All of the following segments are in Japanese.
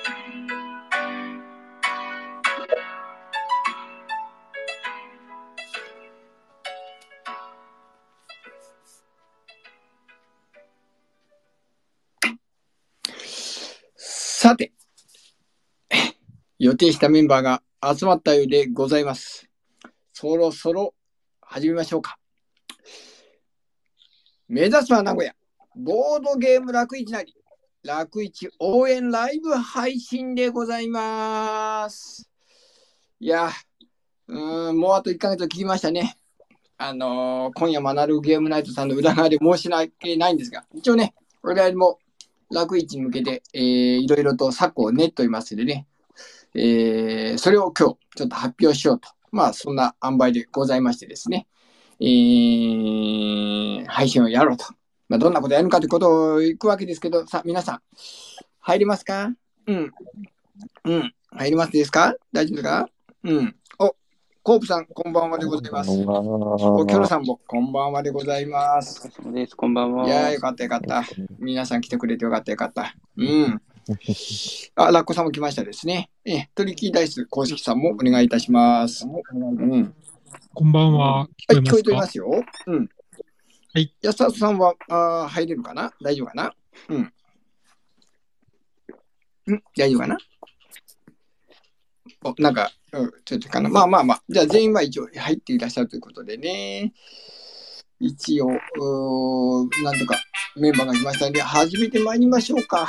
さて、予定したメンバーが集まったようでございます。そろそろ始めましょうか。目指すは名古屋、ボードゲーム楽市なり、楽市応援ライブ配信でございます。いや、もうあと1ヶ月切りましたね。今夜もアナログゲームナイトさんの裏側で申し訳ないんですが、一応ね、我々も楽市に向けて、いろいろと策を練っておりますのでね、それを今日ちょっと発表しようと。まあそんな塩梅でございましてですね、配信をやろうと。まあどんなことやるかということをいくわけですけど、さあ皆さん、入りますか？入りますですか？大丈夫ですか？コープさん、こんばんはでございます。キョロさんも、こんばんはでございます。 お疲れ様です。こんばんは。 いやー、よかったよかった。皆さん来てくれてよかったよかった。ラッコさんも来ましたですね。トリッキーダイス公式さんもお願いいたします。 こんばんは。 聞こえてますよ。 はい。 安田さんは入れるかな？大丈夫かな？大丈夫かな？なんか、ちょっとかな。まあ。じゃあ全員は一応入っていらっしゃるということでね。一応、なんとかメンバーが来ましたので、始めてまいりましょうか。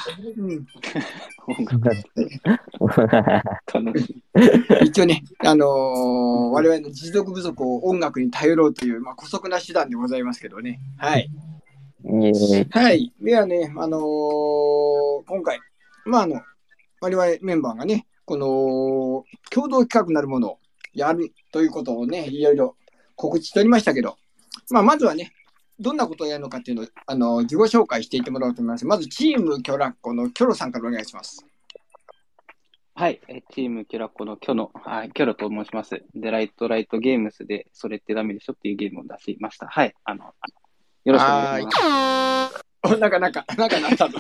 一応ね、我々の持続不足を音楽に頼ろうという、姑息な手段でございますけどね。はい。はい。ではね、今回、我々メンバーがね、この共同企画なるものをやるということをね、いろいろ告知しておりましたけど、まずはね、どんなことをやるのかっていうのを自己紹介していってもらおうと思います。まず、チームキョラッコのキョロさんからお願いします。 はい、チームキョラッコのキョロと申します。で、ライトゲームスで、それってダメでしょっていうゲームを出しました。はい、よろしくお願いします。 なんかなったぞ。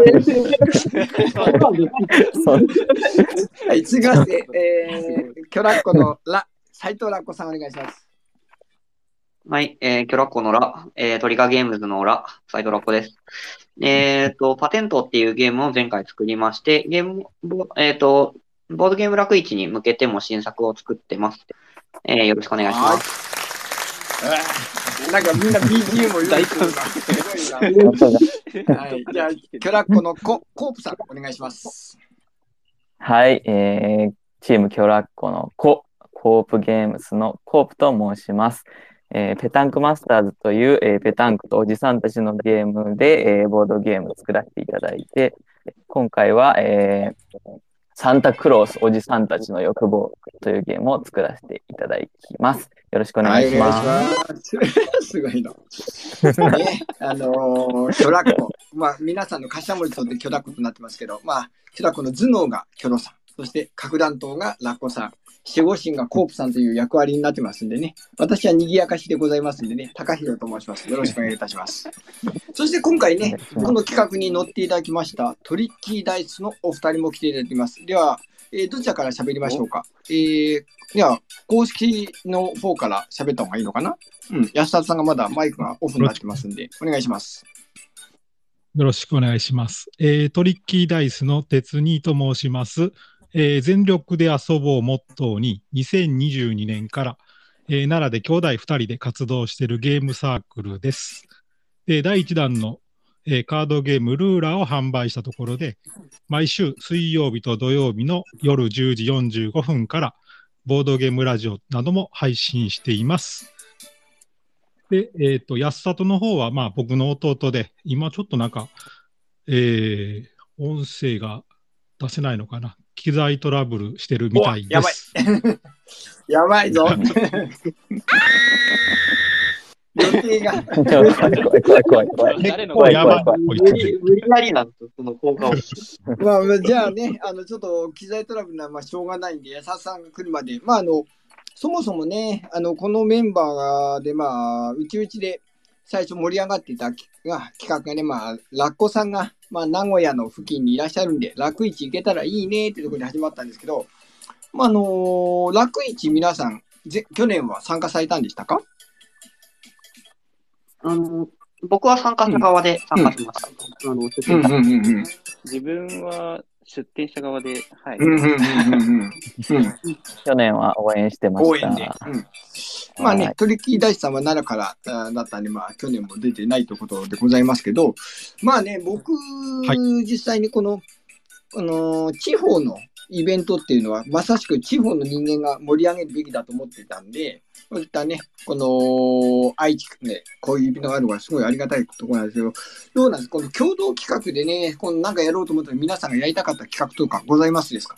はい、続きまして、キョラッコの斉藤ラッコさんお願いします。 はい、キョラッコのトリガーゲームズの斉藤ラッコです。パテントっていうゲームを前回作りまして、ボードゲーム楽市に向けても新作を作ってます。よろしくお願いします。 なんかみんな BGM を大好きな。はい、じゃあ、キョラッコのコープさんお願いします。 はい、チームキョラッコのコープゲームスのコープと申します。ペタンクマスターズという、ペタンクとおじさんたちのゲームで、ボードゲームを作らせていただいて、今回は、サンタクロースおじさんたちの欲望というゲームを作らせていただきます。よろしくお願いします。 すごいの。ね、キョラッコ。皆さんの頭文字とってキョラッコとなってますけど、キョラッコの頭脳がキョロさん。そして核弾頭がラッコさん。守護神がコープさんという役割になってますんでね。私は賑やかしでございますんでね。高弘と申します。よろしくお願いいたします。そして今回ね、この企画に乗っていただきましたトリッキーダイスのお二人も来ていただいています。では、どちらから喋りましょうか。では、公式の方から喋った方がいいのかな。安田さんがまだマイクがオフになってますんで、お願いします。 よろしくお願いします。トリッキーダイスの鉄兄と申します。全力で遊ぼうをモットーに2022年から、奈良で兄弟2人で活動しているゲームサークルです。第1弾の、カードゲームルーラーを販売したところで、毎週水曜日と土曜日の夜10時45分からボードゲームラジオなども配信しています。で、安里の方は僕の弟で、今ちょっとなんか、音声が出せないのかな。機材トラブルしてるみたいです。 やばいぞ。予定が。 怖い。 無理やりなんですよ、その効果を。 じゃあね、ちょっと機材トラブルはしょうがないんで、安田さんが来るまで、そもそもね、このメンバーで、うちで最初盛り上がっていた企画がね、ラッコさんがまあ、名古屋の付近にいらっしゃるんで、楽市行けたらいいねってところで始まったんですけど、まあ、楽市皆さん、去年は参加されたんでしたか？ 僕は参加者側で参加しました。 自分は出店者側で、はい。 去年は応援してました。 応援で。まあね、取引大師さんは奈良からだったんで、まあ去年も出てないということでございますけど、まあね、僕、実際にこの、地方のイベントっていうのは、まさしく地方の人間が盛り上げるべきだと思ってたんで、そういったね、この愛知ね、こういうイベントがあるのがすごいありがたいところなんですけど、どうなんですか、この共同企画でね、このなんかやろうと思ったら皆さんがやりたかった企画とかございますですか？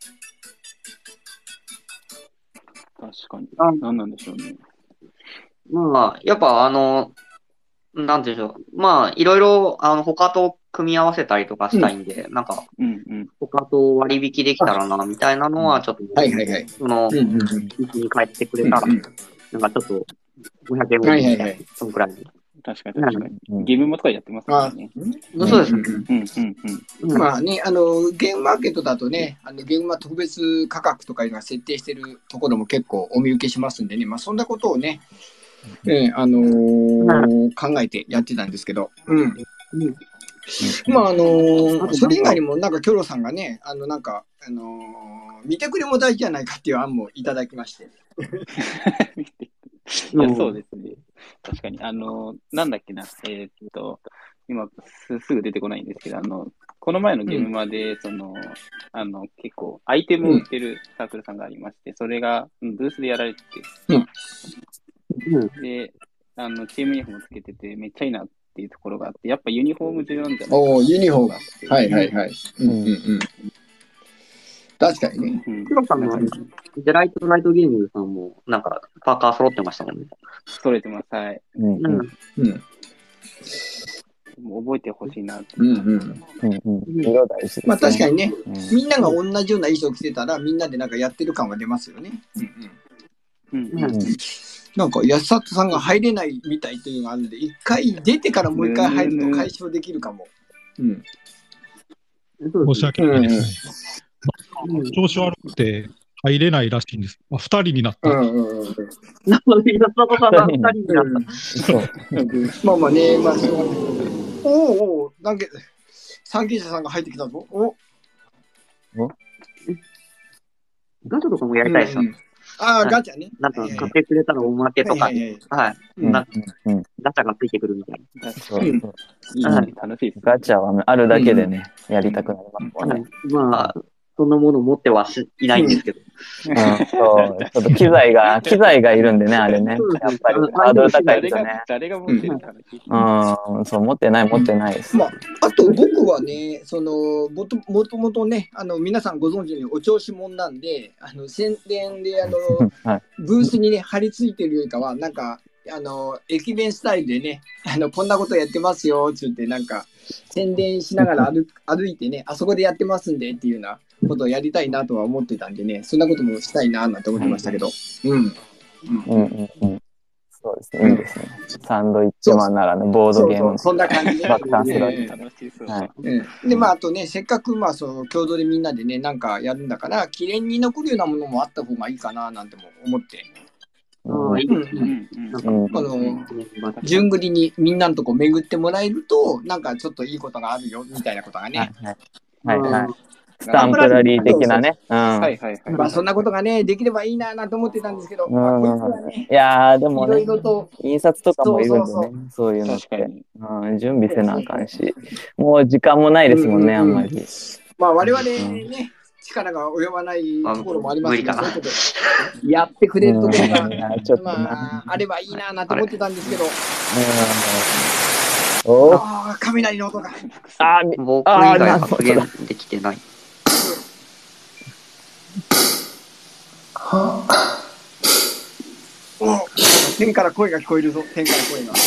確かに。何なんでしょうね。 まあ、やっぱなんていうんでしょう。まあ、いろいろ、他と組み合わせたりとかしたいんで、なんか、他と割引できたらな、みたいなのは、ちょっと、一に帰ってくれたら、なんかちょっと、500円ぐらい、そのくらい。 確かに。ゲームもとかやってますからね。 そうです。 まあね、ゲームマーケットだとね、ゲームは特別価格とかいうのが設定してるところも結構お見受けしますんでね、まあそんなことをね、考えてやってたんですけど、まあそれ以外にもなんかキョロさんがね、なんか見てくれも大事じゃないかっていう案もいただきまして。 いや、そうですね。確かに。なんだっけな。今すぐ出てこないんですけど、この前のゲームまで、結構、アイテムを売ってるサークルさんがありまして、それが、ブースでやられてて、で、チームユニフォームつけてて、めっちゃいいなっていうところがあって、やっぱユニフォーム重要なんじゃないかな。 ユニフォーム。確かにね。 黒さんのデライトライトゲームズさんも、なんか、パーカー揃ってましたもんね。 揃えてます、はい。もう覚えてほしいなって。 まあ確かにね、みんなが同じような衣装着てたら、みんなでなんかやってる感は出ますよね。なんか安里さんが入れないみたいというのがあるので、一回出てからもう一回入ると解消できるかも。 申し訳ないですね。調子悪くて入れないらしいんです。2人になった。 まあまあね、まあなんか、参加者さんが入ってきたぞ。 ガチャとかもやりたいですよ。 ガチャね。 なんか買ってくれたらおまけとか、はい。ガチャがついてくるみたいな。楽しいです。 ガチャはあるだけでね、やりたくなりますもんね。 まあ、そんなもの持ってはいないんですけど。 ちょっと機材がいるんでね、あれね。やっぱりハードル高いですよね。 誰が持ってるか話。 持ってないです。 まあ、あと僕はね、もともとね、皆さんご存知のようにお調子者なんで、宣伝で、ブースにね、張り付いてるよりかは、なんか、駅弁スタイルでね、こんなことやってますよ、つって、なんか、宣伝しながら歩いてね、あそこでやってますんでっていうようなことをやりたいなとは思ってたんでね、そんなこともしたいななんて思ってましたけど。 そうですね、いいですね。サンドイッチマンならのボードゲーム。 そんな感じで。 爆誕する。 で、まあ、あとね、せっかく、まあ、共同でみんなでね、なんかやるんだから、記念に残るようなものもあった方がいいかななんても思って。順繰りにみんなのとこ巡ってもらえると、なんかちょっといいことがあるよみたいなことがね。 スタンプラリー的なね。 まあそんなことがね、できればいいなと思ってたんですけど、 いやー、でもね、印刷とかもいるんでね、そういうのって。準備せなあかんし、もう時間もないですもんね、あんまり。 まあ我々ね、力が及ばないところもありますけど、そういうことやってくれるところがあればいいなと思ってたんですけど、雷の音が。 僕以外発言できてない。 天から声が聞こえるぞ、天から声が。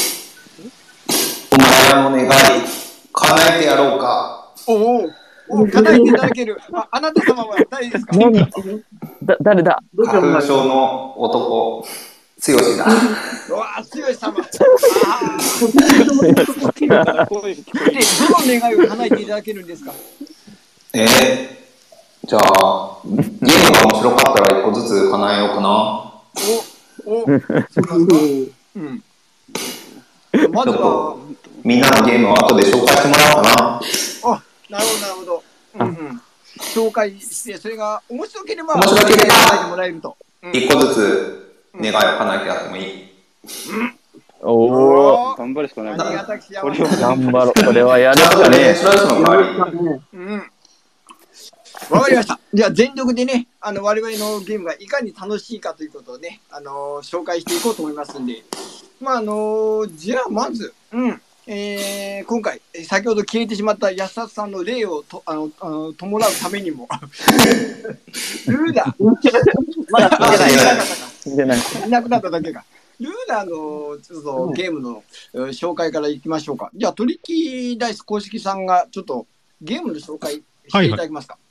お前の願い、叶えてやろうか。 叶えていただける。あなた様は誰ですか？ 誰だ？ 花粉症の男、 強しだ。 うわー、強い様。で、 声どの願いを叶えていただけるんですか？ じゃあ、ゲームが面白かったら1個ずつ叶えようかな。 そうなんですか？うん。まずは、 みんなのゲームを後で紹介してもらおうかな。 あ、なるほど、なるほど。紹介して、それが面白ければ、 面白ければ書いてもらえると。 1個ずつ願いを叶えてやってもいい。 おお。 頑張るしかない。 ありがたき幸せ。 頑張ろう。これはやるしかねスライスの代わり。 わかりました。じゃあ全力でね、我々のゲームがいかに楽しいかということをね、紹介していこうと思いますんで、じゃあまず、今回、先ほど消えてしまった安田さんの霊を弔うためにも、ルーダー、まだいなくなっただけか。ルーダーのちょっとゲームの紹介からいきましょうか。じゃあ、トリッキーダイス公式さんがちょっとゲームの紹介していただけますか。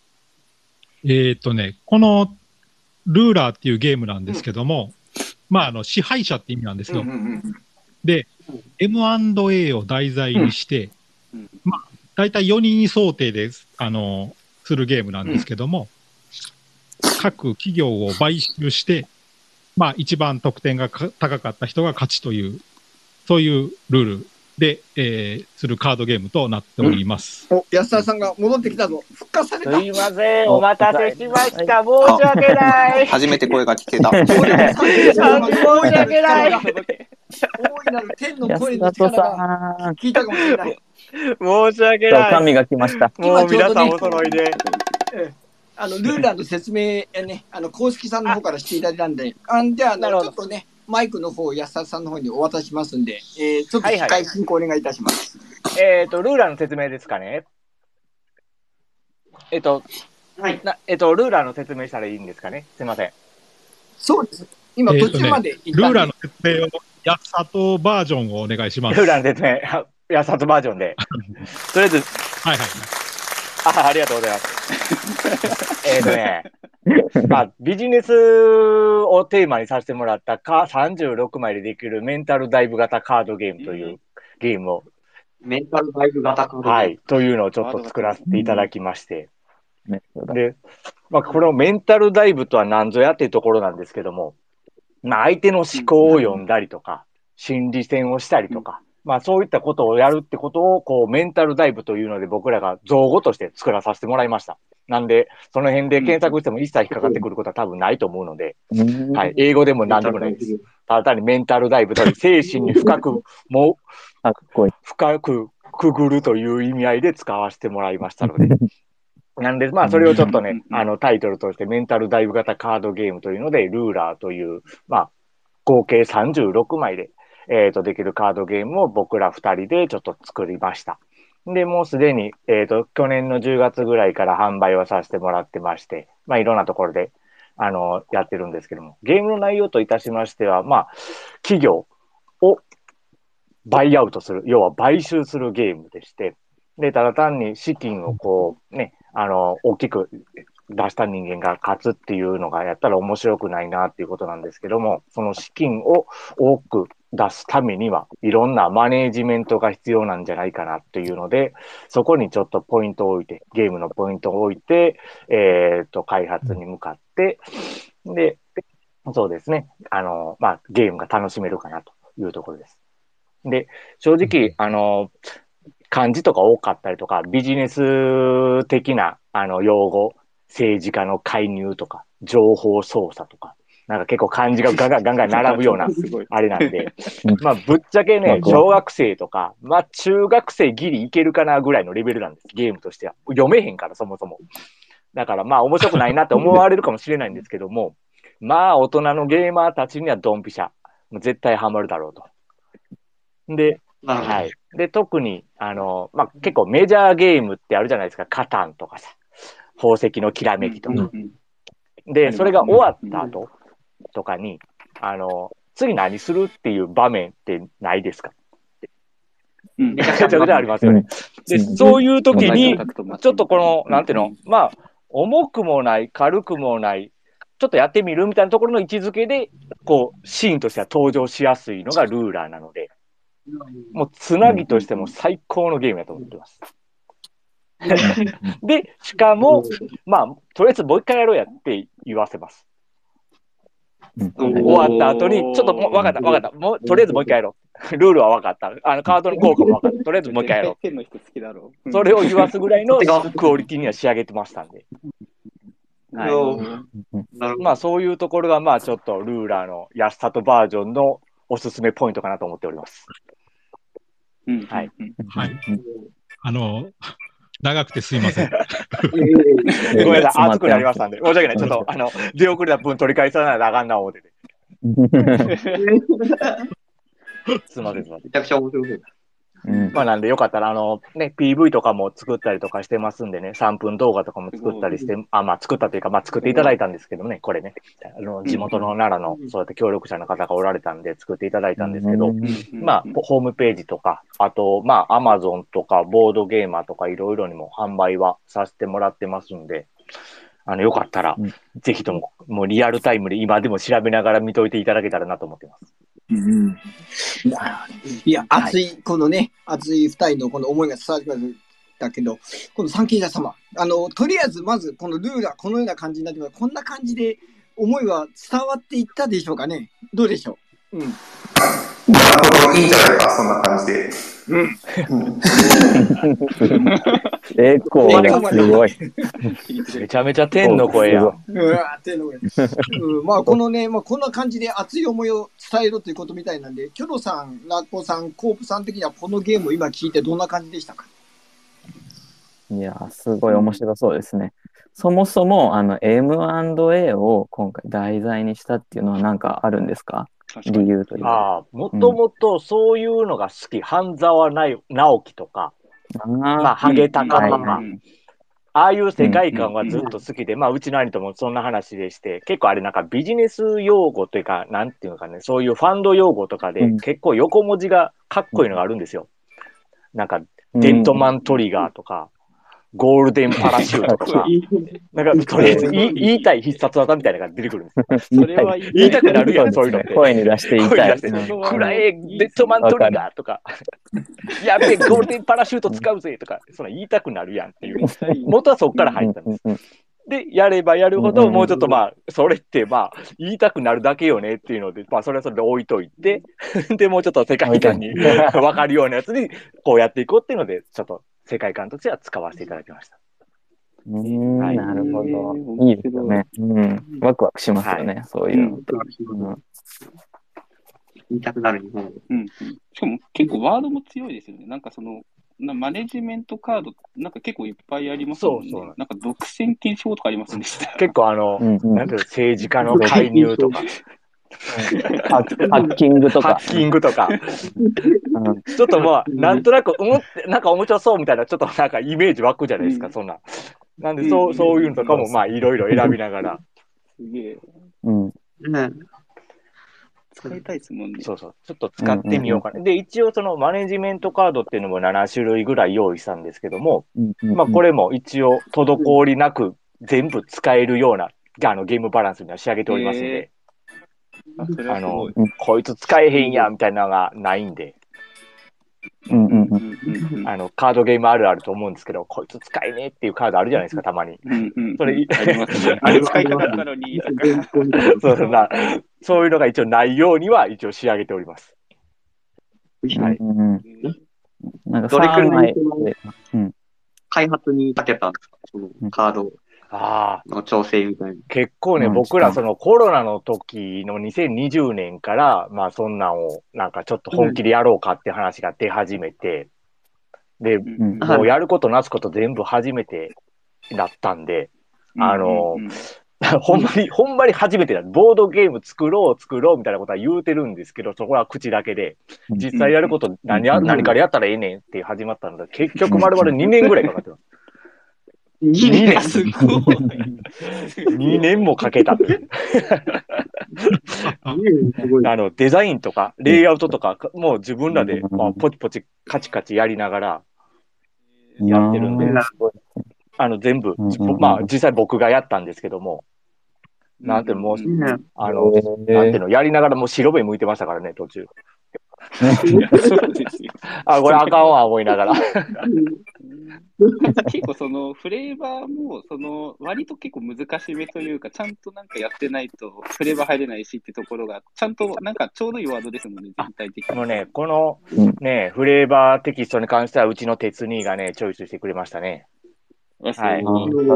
このルーラーっていうゲームなんですけども、支配者って意味なんですよ。で、M&A を題材にして、大体4人想定で、するゲームなんですけども、各企業を買収して、一番得点が高かった人が勝ちという、そういうルールで、するカードゲームとなっております。 安田さんが戻ってきたぞ。復活された。 すいません、お待たせしました。申し訳ない。 初めて声が聞けた。 申し訳ない。 大いなる天の声の力が聞いたかもしれない。 申し訳ない。 神が来ました。 もう皆さんお揃いで。 ルーラーの説明ね、公式さんの方からしていただいたんで、じゃあ、ちょっとね、マイクの方を安田さんの方にお渡ししますんで、ちょっと機械進行お願いいたします。 ルーラーの説明ですかね。ルーラーの説明したらいいんですかね。すいません。 そうです。今、途中までルーラーの説明を、安里バージョンをお願いします。 ルーラーの説明、安里バージョンで。とりあえず、 はい。 ありがとうございます。ビジネスをテーマにさせてもらった36枚でできるメンタルダイブ型カードゲームというゲームを。 メンタルダイブ型カードゲーム。 はい。というのをちょっと作らせていただきまして。で、このメンタルダイブとは何ぞやっていうところなんですけども、相手の思考を読んだりとか、心理戦をしたりとか、そういったことをやるってことを、メンタルダイブというので僕らが造語として作らさせてもらいました。なんで、その辺で検索しても一切引っかかってくることは多分ないと思うので、はい、英語でも何でもないです。ただ単にメンタルダイブという精神に深くくぐるという意味合いで使わせてもらいましたので。なんで、それをちょっとね、タイトルとしてメンタルダイブ型カードゲームというので、ルーラーという、合計36枚で、できるカードゲームを僕ら2人でちょっと作りました。で、もうすでに、去年の10月ぐらいから販売をさせてもらってまして、いろんなところで、やってるんですけども、ゲームの内容といたしましては、企業をバイアウトする、要は買収するゲームでして、で、ただ単に資金を大きく出した人間が勝つっていうのがやったら面白くないなっていうことなんですけども、その資金を多く出すためにはいろんなマネージメントが必要なんじゃないかなっていうので、そこにちょっとポイントを置いて、ゲームのポイントを置いて、開発に向かって、で、そうですね、ゲームが楽しめるかなというところです。で、正直、漢字とか多かったりとか、ビジネス的な用語、政治家の介入とか、情報操作とか、結構漢字がガンガン並ぶような、あれなんで、ぶっちゃけね、小学生とか、中学生ギリいけるかなぐらいのレベルなんです、ゲームとしては。読めへんから、そもそも。だから面白くないなって思われるかもしれないんですけども、大人のゲーマーたちにはドンピシャ。絶対ハマるだろうと。で、はい。で、特に、結構メジャーゲームってあるじゃないですか。カタンとかさ、宝石のきらめきとか。で、それが終わった後とかに、次何するっていう場面ってないですか？めちゃくちゃありますよね。で、そういう時に、ちょっとこの、なんていうの、重くもない、軽くもない、 ちょっとやってみるみたいなところの位置づけで、こう、シーンとしては登場しやすいのがルーラーなので、もうつなぎとしても最高のゲームだと思ってます。で、しかも、まあ、とりあえずもう一回やろうやって言わせます。終わった後に、ちょっともう分かった、もうとりあえずもう一回やろう。ルールは分かった。カードの効果も分かった。とりあえずもう一回やろう。それを言わすぐらいのクオリティには仕上げてましたんで。はい、まあ、そういうところが、まあ、ちょっとルーラーの安里バージョンのおすすめポイントかなと思っております。はい。 はい。長くてすいません。 ごめんなさい、熱くなりましたんで。申し訳ない。ちょっと、出遅れた分取り返さないとあかんな、思ってて。すいません、すいません。 めちゃくちゃ面白い。 まあなんでよかったら、ね、PV とかも作ったりとかしてますんでね、3分動画とかも作ったりして、まあ作ったというか、まあ作っていただいたんですけどね、これね、地元の奈良のそうやって協力者の方がおられたんで作っていただいたんですけど、まあ、ホームページとか、あと、まあ、Amazon とか、ボードゲーマーとかいろいろにも販売はさせてもらってますんで、よかったら、ぜひとも、もうリアルタイムで今でも調べながら見といていただけたらなと思ってます。 いや、熱い、このね、熱い二人のこの思いが伝わってくるんだけど、この三賢者様、とりあえずまずこのルールはこのような感じになってます。こんな感じで思いは伝わっていったでしょうかね。どうでしょう。 なるほど、いいんじゃないか、そんな感じで。 エコーがすごい。 めちゃめちゃ天の声や。 天の声。まあこのね、まあこんな感じで熱い思いを伝えろということみたいなんで、キョロさん、ラッコさん、コープさん的にはこのゲームを今聞いてどんな感じでしたか？ いや、すごい面白そうですね。そもそもM&A を今回題材にしたっていうのは何かあるんですか？理由というか。 もともとそういうのが好き、半沢直樹とか、まあ、ハゲタカとか、ああいう世界観はずっと好きで、まあ、うちの兄ともそんな話でして、結構あれなんかビジネス用語というか、なんていうのかね、そういうファンド用語とかで結構横文字がかっこいいのがあるんですよ。なんか、デッドマントリガーとか、ゴールデンパラシュートとか、なんか、とりあえず言いたい必殺技みたいなのが出てくるんですよ。それは言いたくなるやん、そういうのって。 声に出して言いたい。 くらえ、デッドマントリガーとか、やべえ、ゴールデンパラシュート使うぜとか、その言いたくなるやんっていう。元はそこから入ったんです。で、やればやるほど、もうちょっとまあ、それってまあ、言いたくなるだけよねっていうので、まあ、それはそれで置いといて、で、もうちょっと世界観に分かるようなやつに、こうやっていこうっていうので、ちょっと世界観としては使わせていただきました。 なるほど。いいですよね。ワクワクしますよね、そういうのって。 言いたくなる日本語。 しかも結構ワードも強いですよね。なんかその、マネジメントカード、なんか結構いっぱいありますもんね。そうなんか独占禁止法とかありませんでした。 結構なんていう政治家の介入とか。 ハッキングとか。 ちょっとまあ、なんとなく、なんか面白そうみたいな、ちょっとなんかイメージ湧くじゃないですか、そんな。なんで、そういうのとかも、まあ、いろいろ選びながら。 すげえ。使いたいですもんね。 そうそう。ちょっと使ってみようかな。で、一応そのマネジメントカードっていうのも7種類ぐらい用意したんですけども、まあこれも一応滞りなく全部使えるようなゲームバランスには仕上げておりますので、こいつ使えへんやみたいなのがないんで、カードゲームあるあると思うんですけど、こいつ使えねえっていうカードあるじゃないですか、たまに。それ、ありますね。あれ使いたかったのに、そういうのが一応ないようには一応仕上げております。はい。 なんかどれくらい開発にかけたんですか、そのカードの調整みたいな。 結構ね、僕らそのコロナの時の2020年から、まあそんなんをなんかちょっと本気でやろうかって話が出始めて、で、もうやることなすこと全部初めてだったんで、ほんまに初めてだ。ボードゲーム作ろうみたいなことは言うてるんですけど、そこは口だけで、実際やること何からやったらええねんって始まったので、結局丸々2年ぐらいかかってます。2年すごい。2年もかけた。デザインとか、レイアウトとか、もう自分らで、ポチポチカチカチやりながらやってるんで、全部、まあ実際僕がやったんですけども、 なんていうの、もう、 ねなんていうの、やりながらもう白目向いてましたからね、途中。 そうですよ。 あ、これあかんわ、思いながら。 結構そのフレーバーも割と結構難しめというか、ちゃんとなんかやってないとフレーバー入れないしってところが、ちゃんとなんかちょうどいいワードですもんね、全体的に。 もうね、このね、フレーバーテキストに関しては、うちの鉄兄がね、チョイスしてくれましたね。はい。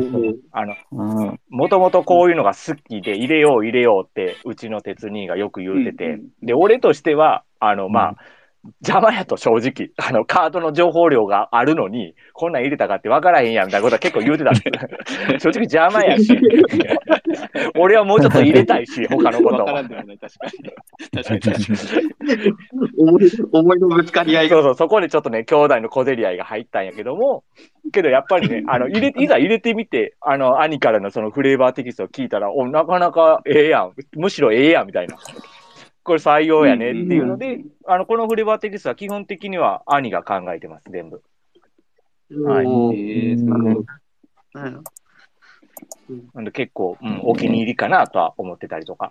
もともとこういうのが好きで、入れようって、うちの鉄兄がよく言うてて、で、俺としては、まあ、邪魔やと正直、カードの情報量があるのに、こんなん入れたかって分からへんやんみたいなことは結構言うてたんです正直邪魔やし、俺はもうちょっと入れたいし、他のこと分からんではない、確かに。 思いのぶつかり合い。 そうそう、そこでちょっとね、兄弟の小競り合いが入ったんやけども、けどやっぱりね、いざ入れてみて、兄からのそのフレーバーテキストを聞いたら、なかなかええやん、むしろええやんみたいな。これ採用やねっていうので、このフレーバーテキストは基本的には兄が考えてます、全部。はい。なんで結構、お気に入りかなとは思ってたりとか。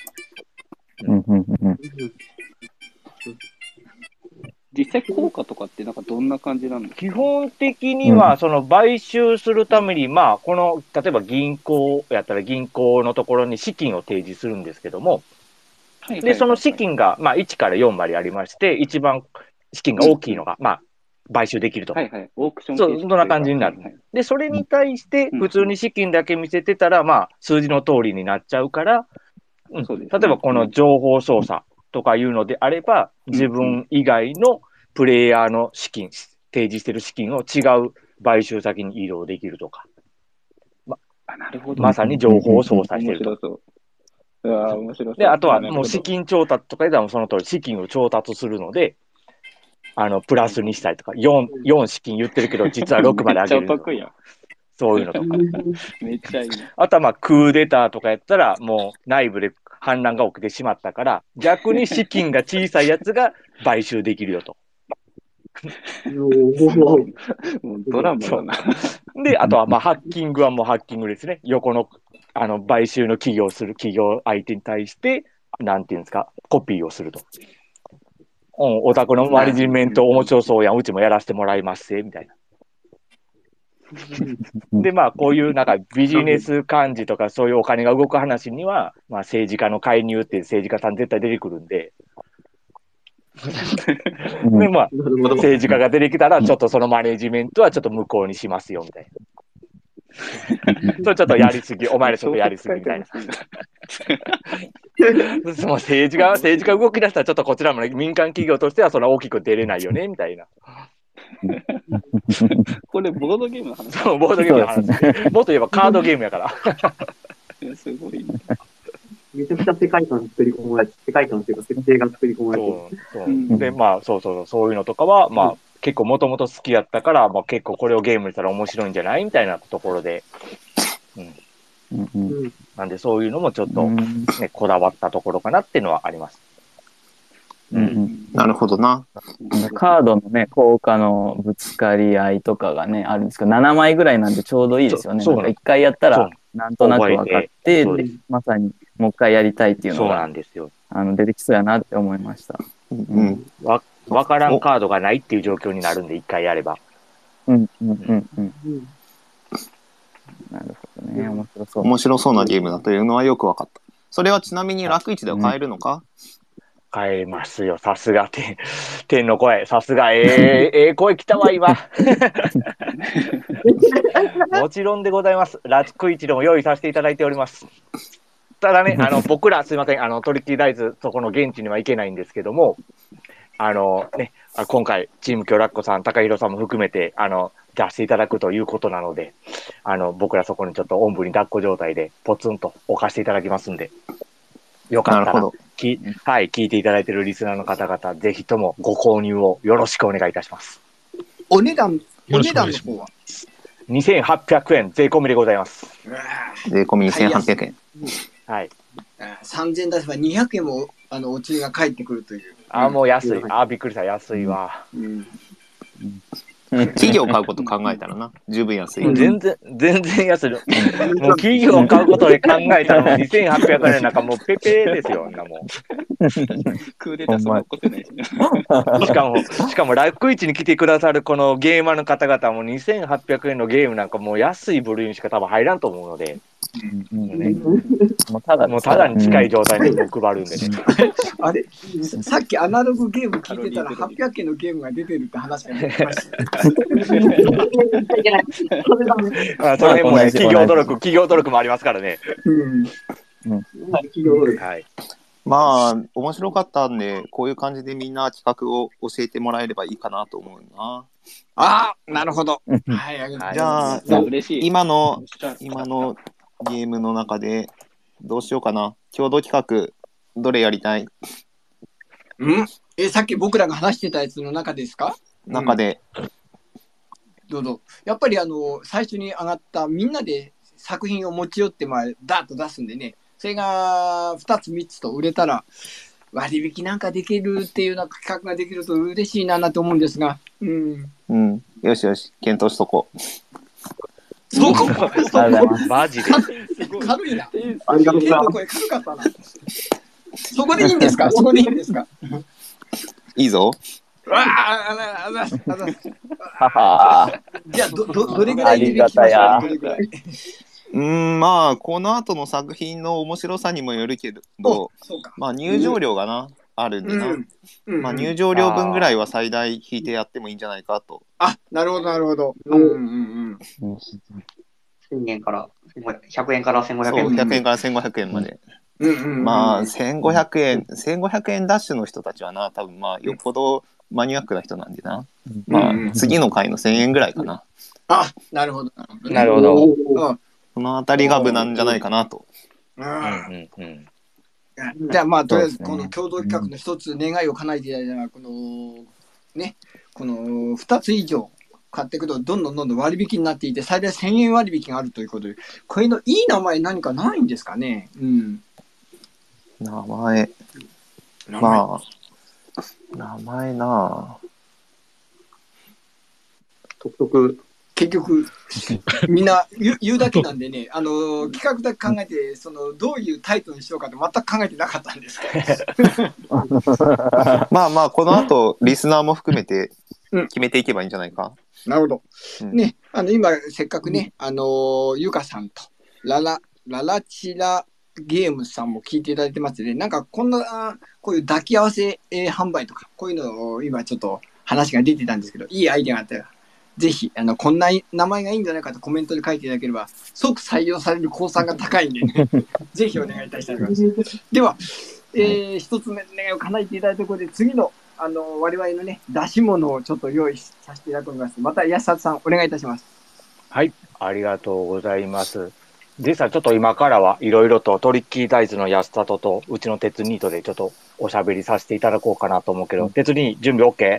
実際効果とかってなんかどんな感じなんですか？ 基本的には、その買収するために、まあ、例えば銀行やったら銀行のところに資金を提示するんですけども、で、その資金が、まあ、1から4までありまして、一番資金が大きいのが、まあ、買収できると。 はいはい。オークションそう、そんな感じになる。で、それに対して、普通に資金だけ見せてたら、まあ、数字の通りになっちゃうから、例えばこの情報操作とかいうのであれば、自分以外のプレイヤーの資金、提示してる資金を違う買収先に移動できるとか。 なるほど。 まさに情報を操作してると。 面白そう。 で、あとはもう資金調達とかでもその通り資金を調達するので、プラスにしたりとか、4資金言ってるけど、実は6まで上げる。 めっちゃお得やん。 そういうのとか。 めっちゃいい。 あとはまあ、クーデターとかやったら、もう内部で反乱が起きてしまったから、逆に資金が小さいやつが買収できるよと。 もうドラマだな。 で、あとはまあ、ハッキングはもうハッキングですね。横の、買収の企業相手に対して、なんていうんですか、コピーをすると。お宅のマネジメント面白そうやん、うちもやらせてもらいますみたいな。で、まあ、こういうなんかビジネス幹事とかそういうお金が動く話には、まあ、政治家の介入って政治家さん絶対出てくるんで、で、まあ、政治家が出てきたら、ちょっとそのマネジメントはちょっと無効にしますよ、みたいな。それちょっとやりすぎ、お前らちょっとやりすぎみたいな。その政治家動き出したらちょっとこちらも、ね、民間企業としてはそんな大きく出れないよね、みたいな。 これボードゲームの話。 そう、ボードゲームの話。もっと言えばカードゲームやから。 すごい、ね。 めちゃくちゃ世界観作り込まれて、世界観というか設定が作り込まれてそうで、まあ、そういうのとかは、まあ、結構もともと好きやったから、まあ結構これをゲームにしたら面白いんじゃないみたいなところで。なんでそういうのもちょっと、ね、こだわったところかなっていうのはあります。 なるほどな。 カードのね、効果のぶつかり合いとかがね、あるんですけど、7枚ぐらいなんでちょうどいいですよね。なんか1回やったら、なんとなく分かって、まさにもう一回やりたいっていうのが、出てきそうやなって思いました。 分からんカードがないっていう状況になるんで、1回やれば。 なるほどね。面白そう。 面白そうなゲームだというのはよく分かった。それはちなみに楽市では買えるのか？ 買えますよ。さすが天の声。さすがええ声来たわ今。もちろんでございます。楽市でも用意させていただいております。ただね、僕らすいません、トリッキーダイズそこの現地には行けないんですけども、ね、今回チームキョラッコさん、高弘さんも含めて出していただくということなので、僕らそこにちょっとおんぶに抱っこ状態でポツンと置かせていただきますんで、よかったら聞いていただいているリスナーの方々、ぜひともご購入をよろしくお願いいたします。 お値段の方は 2800円税込みでございます。 税込み2800円。 はい。 3000円出せば200円もお釣りが返ってくるという。 もう安い。びっくりした。安いわ。 企業を買うこと考えたらな、十分安い。 全然安い。もう企業を買うことで考えたらもう2800円なんかもうペペですよ、なもん。 クーデターそんな起こってないしね。 しかも楽市に来てくださるこのゲーマーの方々も2800円のゲームなんかもう安い部類にしか多分入らんと思うので、もうただに近い状態で僕配るんでね。 あれさっきアナログゲーム聞いてたら800円のゲームが出てるって話が出てました。 その辺もね、企業努力もありますからね。 企業努力。 はい。まあ、面白かったんで、こういう感じでみんな企画を教えてもらえればいいかなと思うな。 ああ、なるほど。はい、 じゃあ、今のゲームの中で、どうしようかな。共同企画、どれやりたい？ さっき僕らが話してたやつの中ですか？ 中で。 どうぞ。やっぱり最初に上がったみんなで作品を持ち寄って、ダーッと出すんでね、それが2つ3つと売れたら、割引なんかできるっていうような企画ができると嬉しいなと思うんですが。 よしよし、検討しとこう。 そこマジで軽いな。ありがとうございます。声軽かったな。そこでいいんですか？いいぞ。じゃあどれぐらいでできましょう？どれぐらい？ まあこの後の作品の面白さにもよるけど、まあ入場料があるんでな。まあ入場料分ぐらいは最大引いてやってもいいんじゃないかと。 なるほどなるほど。 1000円から100円から1500円。 100円から1500円まで。まあ1500円ダッシュの人たちはな、多分まあよっぽどマニアックな人なんでな。まあ次の回の1000円ぐらいかな。 なるほど。 なるほど。 このあたりが無難じゃないかなと。 じゃあまあとりあえずこの共同企画の一つ願いを叶えていただいたらこの2つ以上買っていくとどんどん割引になっていて最大1000円割引があるということで、これのいい名前何かないんですかね？ 名前まあ名前な結局みんな言うだけなんでね、企画だけ考えてどういうタイトルにしようかって全く考えてなかったんですけどまあこの後リスナーも含めて決めていけばいいんじゃないか。 なるほど、ね、今せっかくねゆかさんとララチラゲームさんも聞いていただいてますね。なんかこういう抱き合わせ、販売とかこういうのを今ちょっと話が出てたんですけど、いいアイデアがあったらぜひこんな名前がいいんじゃないかとコメントで書いていただければ即採用される公算が高いんで、ね、ぜひお願いいたしたいと思います。では、一つ目の願いを叶えていただいたところで次の我々のね出し物をちょっと用意させていただきます。また安里さんお願いいたします。 はい、ありがとうございます。でさ、ちょっと今からはいろいろとトリッキーダイズの安里とうちの鉄ニートでちょっとおしゃべりさせていただこうかなと思うけど、鉄ニー準備 OK？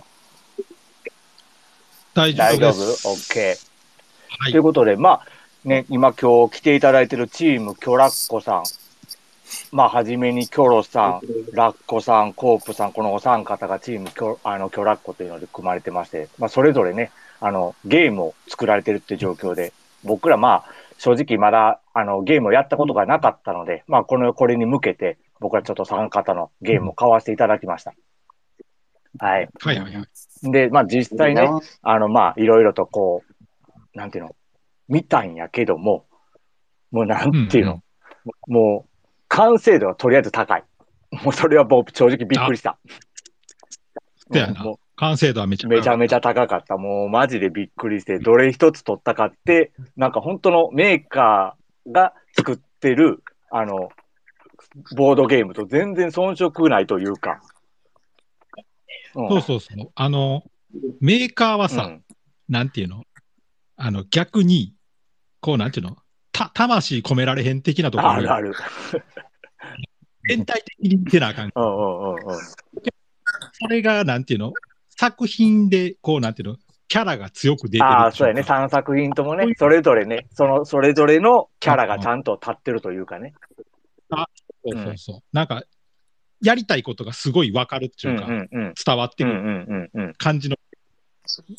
大丈夫です。 OK。ということで、まあね、今今日来ていただいているチームキョラッコさん、まあはじめにキョロさん、ラッコさん、コープさん、このお三方がチームキョラッコというので組まれてまして、まあそれぞれねゲームを作られてるって状況で、僕らまあ正直まだゲームをやったことがなかったので、まあこれに向けて僕らちょっと3方のゲームを買わせていただきました。はい。で、まあ実際ね、まあいろいろとこう、なんていうの、見たんやけども、もうなんていうの、もう完成度はとりあえず高い。もうそれは僕正直びっくりした。 もう完成度はめちゃめちゃ高かった。もうマジでびっくりして、どれ一つ取ったかって、なんか本当のメーカーが作ってる、ボードゲームと全然遜色ないというか。 そう。メーカーはさ、なんていうの逆に、こうなんていうの魂込められへん的なところある。 全体的に見てなあかん。それが、なんていうの作品で、こう、なんていうのキャラが強く出てる。 そうやね。3作品ともね、それぞれね、それぞれのキャラがちゃんと立ってるというかね。 そう。なんか、やりたいことがすごい分かるっていうか、伝わってる感じの。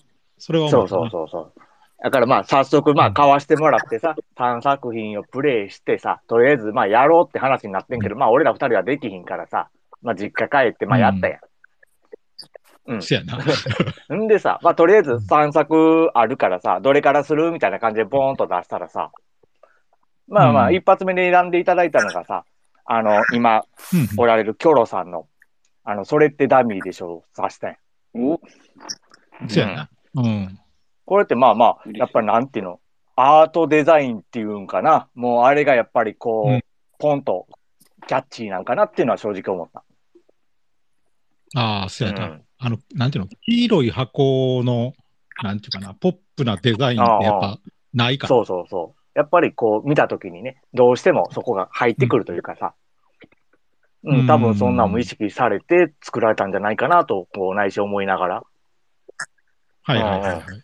それはそうそうそうそう。だからまあ早速まあ買わしてもらってさ、3作品をプレイしてさ、とりあえずまあやろうって話になってんけど、まあ俺ら2人はできひんからさ、まあ実家帰ってまあやったやん。 そやな。 んでさ、まあとりあえず3作あるからさ、どれからするみたいな感じでボーンと出したらさ、まあまあ一発目で選んでいただいたのがさ、今おられるキョロさんの、それってダミーでしょ、さしたんや。 お、 そやな。 これってまあまあ、やっぱりなんていうの、アートデザインっていうんかな。もうあれがやっぱりこう、ポンとキャッチーなんかなっていうのは正直思った。 ああ、そうやな。なんていうの、黄色い箱の、なんていうかな、ポップなデザインってやっぱないから。 そうそうそう。やっぱりこう見たときにね、どうしてもそこが入ってくるというかさ、多分そんなのも意識されて作られたんじゃないかなと、こう内心思いながら。 はいはいはいはい。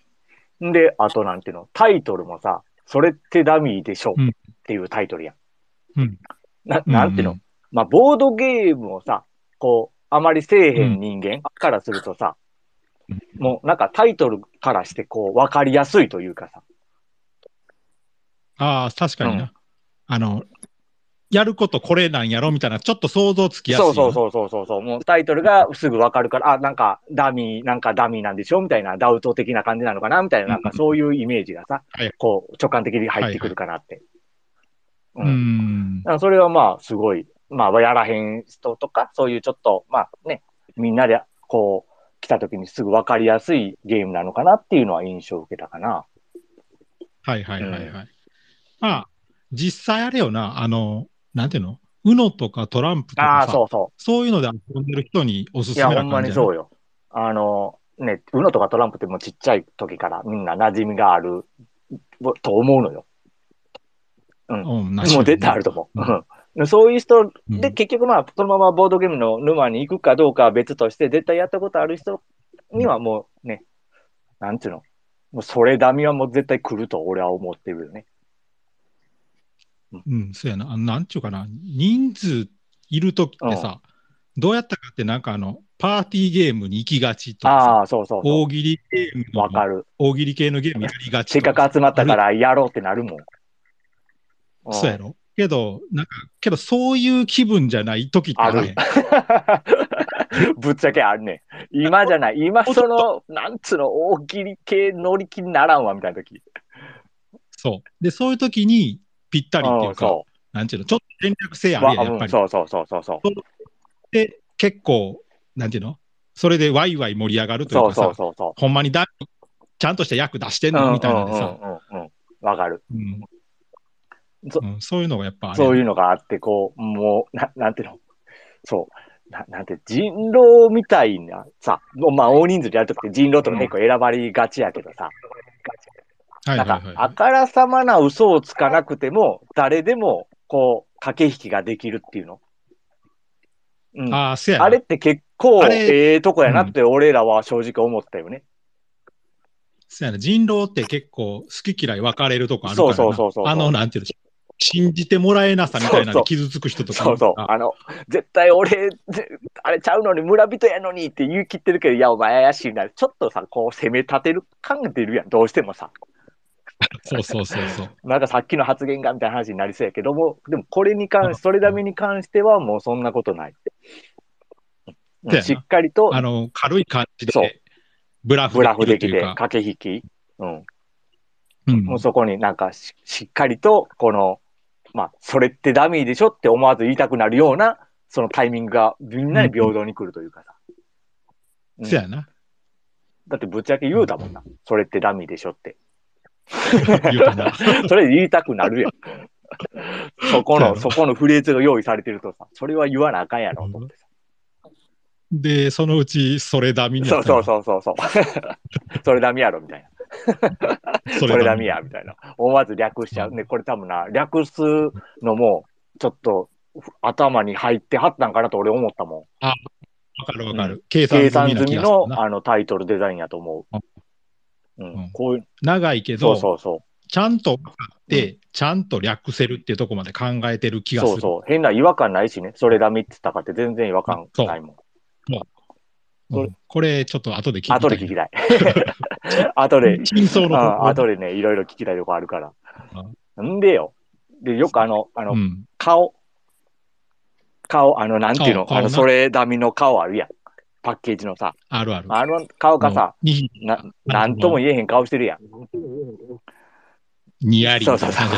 で、あとなんていうの、タイトルもさ、それってダミーでしょっていうタイトルやん。なんていうの、まあ、ボードゲームをさ、こう、あまりせえへん人間からするとさ、もうなんかタイトルからしてこう、わかりやすいというかさ。 ああ、確かにな。やることこれなんやろみたいな、ちょっと想像つきやすい。 そう。もうタイトルがすぐわかるから、なんかダミーなんでしょみたいな、ダウト的な感じなのかなみたいな、なんかそういうイメージがさ、こう、直感的に入ってくるかなって。それはまあ、すごい、まあ、やらへん人とか、そういうちょっと、まあね、みんなで、こう、来た時にすぐわかりやすいゲームなのかなっていうのは印象を受けたかな。 はい。まあ、実際あれよな、なんていうのUNO とかトランプとかさ、そういうので遊んでる人におすすめな感じ。 いや、ほんまにそうよ。UNO とかトランプってもうちっちゃい時からみんな馴染みがあると思うのよ。もう絶対あると思う。そういう人で、結局まあ、そのままボードゲームの沼に行くかどうかは別として、絶対やったことある人にはもうね、なんていうの、もうそれダミはもう絶対来ると俺は思ってるよね。 そうやな。なんちゅうかな。人数いるときってさ、どうやったかってなんかパーティーゲームに行きがちとかさ、大喜利ゲームの、 わかる。 大喜利系のゲームやりがちせっかく集まったからやろうってなるもん。 そうやろ。けどそういう気分じゃないときってある。 ぶっちゃけあるね。今じゃない。今なんつうの、大喜利系乗り気にならんわ、みたいなとき。 そう。で、そういうときにぴったりっていうか、なんていうの、ちょっと戦略性あるやん、やっぱり。 そう。 で、結構、なんていうのそれでワイワイ盛り上がるというかさ、ほんまにちゃんとした役出してんのみたいなでさ。 わかる。 そういうのがやっぱある。 そういうのがあって、こう、もう、なんていうの、なんて、人狼みたいなさ、まあ大人数でやるときって人狼とか結構選ばれがちやけどさ、なんか、あからさまな嘘をつかなくても、誰でも、こう、駆け引きができるっていうの。あれって結構、とこやなって俺らは正直思ったよね。 そうやな、人狼って結構好き嫌い分かれるとこあるからな。そう。なんていうの、信じてもらえなさみたいなで傷つく人とか。 絶対俺、あれちゃうのに村人やのにって言い切ってるけど、いや、お前怪しいな。ちょっとさ、こう攻め立てる感が出るやん、どうしてもさ。 そう。 なんかさっきの発言がみたいな話になりそうやけども、でもこれに関して、それだめに関してはもうそんなことない。しっかりと。 軽い感じで、ブラフできて、 駆け引き。もうそこになんかしっかりと、この、まあ、それってダミーでしょって思わず言いたくなるような、そのタイミングがみんなに平等に来るというかさ。 そうやな。 だってぶっちゃけ言うだもんな。それってダミーでしょって。 言うたな。 それ言いたくなるやん。そこのフレーズが用意されてるとさ、それは言わなあかんやろと思ってさ。 で、そのうちそれダミになった。 そう。それダミやろみたいな。それダミやみたいな。思わず略しちゃう。ね、これ多分な、略すのも、ちょっと頭に入ってはったんかなと俺思ったもん。 わかる。 計算済みのタイトルデザインやと思う。こういう長いけど、 そうちゃんと分かって、ちゃんと略せるっていうところまで考えてる気がする。 そう。変な違和感ないしね。それダミって言ったかって全然違和感ないもん。 これちょっと後で聞きたい。 後で聞きたい。後で、 真相の後でね、いろいろ聞きたいとこあるから。んでよ。で、よく顔、なんていうの、それダミの顔あるやん。パッケージのさ。 あるある。 あの顔がさ、なんとも言えへん顔してるやん。 ニヤリそうそうそう。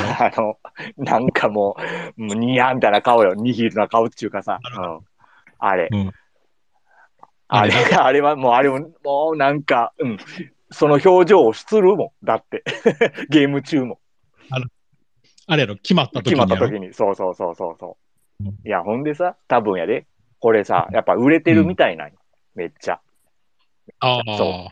なんかもうニヤみたいな顔よ。ニヒルな顔っていうかさ。あれ。あれはもうなんか、その表情をするもん。だって。ゲーム中も。 あれやろ、決まった時に。そう。いや、ほんでさ、多分やで。これさ、やっぱ売れてるみたいなんよ。めっちゃ。 そう。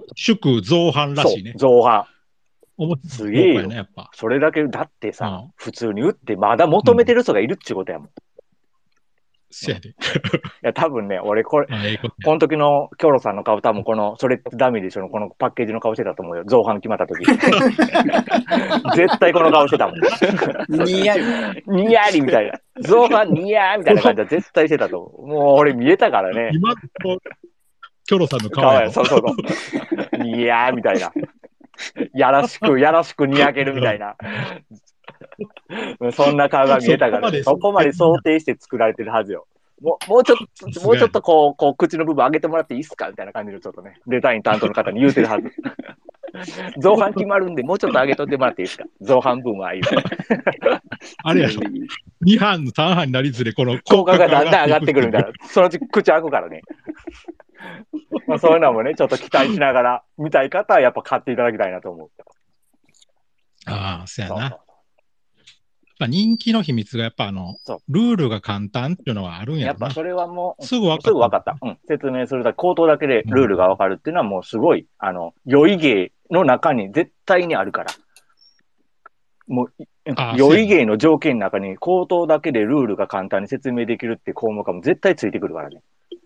祝造反らしいね。 造反。 すげえよ。 それだけ、だってさ、普通に売ってまだ求めてる人がいるってことやもん。 せやで。いや、多分ね、俺この時のキョロさんの顔、多分それダミーでしょ、このパッケージの顔してたと思うよ。造反決まった時。絶対この顔してたもん。 にやり。 にやりみたいな。造反にやーみたいな感じは絶対してたと思う。もう俺見えたからね。 今のキョロさんの顔やろ。 そう。にやーみたいな。やらしくにやけるみたいな。そんな顔が見えたから、ね、そこまで想定して作られてるはずよ。もうちょっとこう口の部分上げてもらっていいっすかみたいな感じでちょっとね、デザイン担当の方に言うてるはず。造反決まるんで、もうちょっと上げとってもらっていいですか造反分はいい。 あれやろ。2班、3班になりずれ、この効果がだんだん上がってくるみたいな。そのうち口開くからね。そういうのもね、ちょっと期待しながら、見たい方はやっぱ買っていただきたいなと思う。 ああ、そうやな。人気の秘密がやっぱルールが簡単っていうのはあるんやろな。 やっぱそれはもう、 すぐ分かった。説明するだけ、口頭だけでルールが分かるっていうのはもうすごい、良い芸の中に絶対にあるから。もう、良い芸の条件の中に口頭だけでルールが簡単に説明できるって項目がもう絶対ついてくるからね。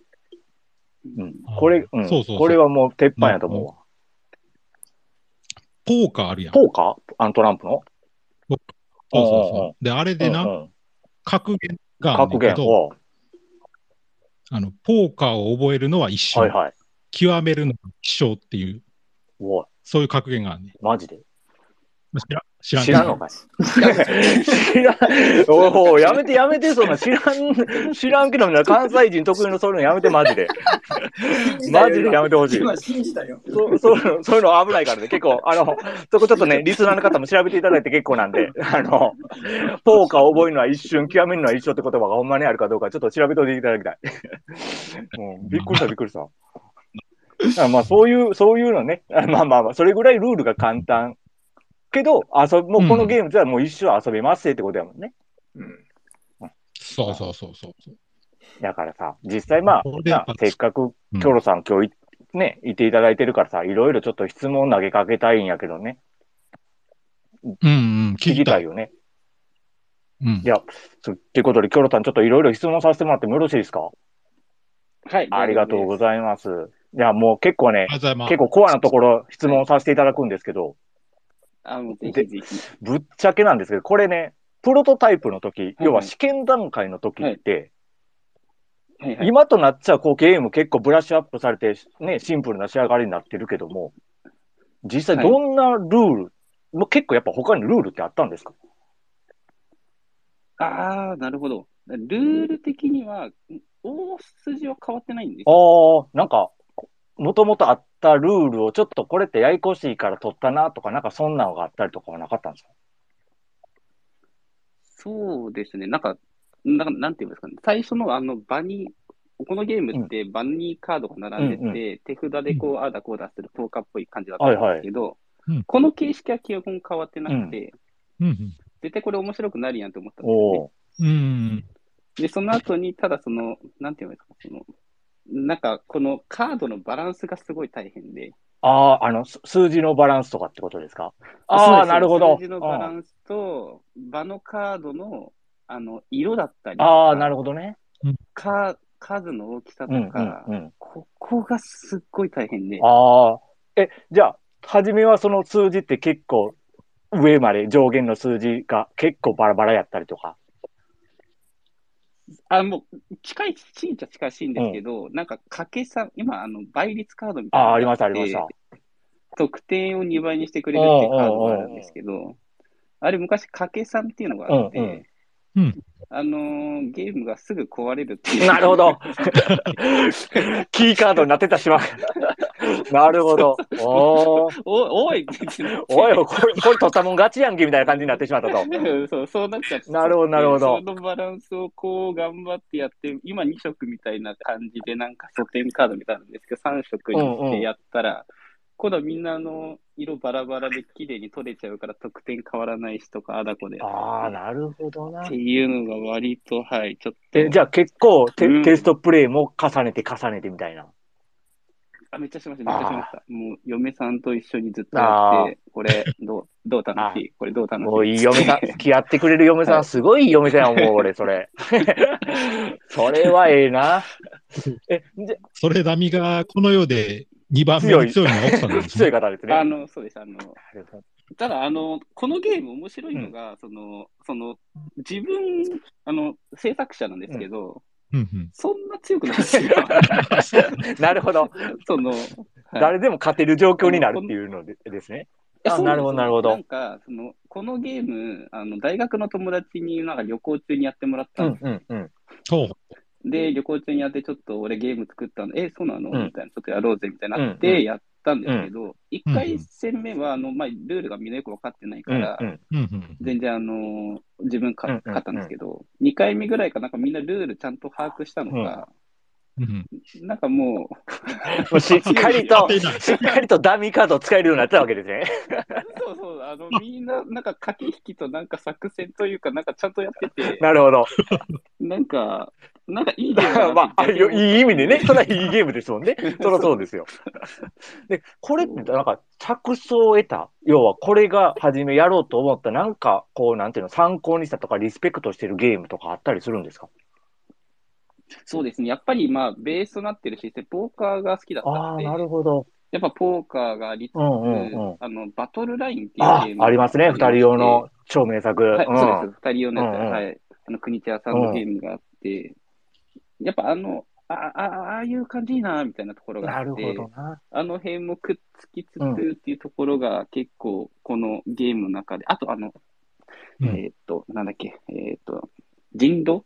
これはもう鉄板やと思うわ。 ポーカーあるやん。 ポーカートランプのそう。で、あれでな、格言があるんだけど、ポーカーを覚えるのは一瞬、極めるのは一生っていう、そういう格言があるね。 マジで知らんのかいおい、やめて、そんな知らんけど、関西人特有のそういうのやめて、マジで。マジでやめてほしい。 今信じたよ。 そういうの危ないからね。結構、そこちょっとね、リスナーの方も調べていただいて結構なんで、ポーカーを覚えるのは一瞬、極めるのは一緒って言葉がほんまにあるかどうか、ちょっと調べておいていただきたい。びっくりした。まあ、そういうのね。まあ、それぐらいルールが簡単。けど、もうこのゲームではもう一生遊べますってことやもんね。 そう。 だからさ、実際せっかくキョロさん今日ね、いていただいてるからさ、いろいろちょっと質問投げかけたいんやけどね。 聞きたいよね。 いや、っていうことで、キョロさんちょっといろいろ質問させてもらってもよろしいですか？ はい。 ありがとうございます。いや、もう結構コアなところ質問させていただくんですけど、 ぜひ。 ぶっちゃけなんですけど、これね、プロトタイプの時、要は試験段階の時って、今となっちゃゲーム結構ブラッシュアップされて、ね、シンプルな仕上がりになってるけども、実際どんなルール、もう結構やっぱ他にルールってあったんですか？ なるほど。ルール的には、大筋は変わってないんですよ。 なんか、もともとあったルールをちょっとこれってややこしいから取ったなとか、なんかそんなのがあったりとかはなかったんですか？ そうですね。なんていうんですかね。最初のこのゲームってバニーカードが並んでて、手札でこう、ああだこうだするポーカーっぽい感じだったんですけど、この形式は基本変わってなくて、絶対これ面白くなるやんと思ったんですよね。で、その後に、ただなんていうんですか、なんかこのカードのバランスがすごい大変で。 数字のバランスとかってことですか？なるほど。 数字のバランスと、場のカードの、色だったりとか。 なるほどね。 数の大きさとか、ここがすっごい大変で。 じゃあ、初めはその数字って結構、上まで上限の数字が結構バラバラやったりとか。 もう、近いシーンっちゃ近いシーンですけど、なんか、掛け算、今、倍率カードみたいなのありました、 があっありました。 て、得点を2倍にしてくれるっていうカードがあるんですけど、あれ昔掛け算っていうのがあって、ゲームがすぐ壊れるっていう。 なるほど。キーカードになってたしまう。なるほど。 おいおい、これ取ったもん勝ちやんけみたいな感じになってしまったと。 そうなっちゃって。 なるほど、なるほど。 そのバランスをこう頑張ってやって、今2色みたいな感じで、なんか素点カードみたいなんですけど、3色にしてやったら、今度はみんな色バラバラで綺麗に取れちゃうから得点変わらないしとか、あだこで。 ああ、なるほどな。 っていうのが割と、はい、ちょっと。 じゃあ結構テストプレイも重ねてみたいな。 めっちゃしました、めっちゃしました。もう、嫁さんと一緒にずっとやって、これ、どう楽しいこれどう楽しいもういい嫁さん、付き合ってくれる嫁さん、すごいいい嫁さんや思う、俺、それ。それはええな。 それダミがこの世で2番目に強いのは奥さんなんですね。 強い方ですね。 そうです。ただ、このゲーム面白いのが、自分、制作者なんですけど、そんな強くないですよ。 なるほど。誰でも勝てる状況になるっていうのですね。なるほど、なるほど。 なんか、このゲーム、大学の友達になんか旅行中にやってもらったんですよ。で、旅行中にやって、ちょっと俺ゲーム作ったの、そうなのみたいな、ちょっとやろうぜみたいになって、やったんですけど、1回戦目は、ルールがみんなよく分かってないから、全然自分勝ったんですけど、2回目ぐらいかなんかみんなルールちゃんと把握したのか、なんかもうしっかりとダミーカードを使えるようになったわけですね。 みんな、なんか駆け引きとなんか作戦というか、なんかちゃんとやってて。 なるほど。 なんかいいゲームだな。 まあ、いい意味でね、それはいいゲームですもんね。そりゃそうですよ。で、これってなんか着想を得た。要はこれが初めやろうと思った、なんかこう、なんていうの、参考にしたとかリスペクトしてるゲームとかあったりするんですか？ そうですね。やっぱりベースとなってるシステム、ポーカーが好きだったので。 なるほど。 やっぱポーカーがありつつ、バトルラインっていうゲームありますね。二人用の超名作。 はい、そうです。二人用のやつ。はい。国千谷さんのゲームがあって、やっぱああいう感じいいな、みたいなところがあって、 なるほどな。 あの辺もくっつきつつっていうところが結構このゲームの中で、あとなんだっけ、人狼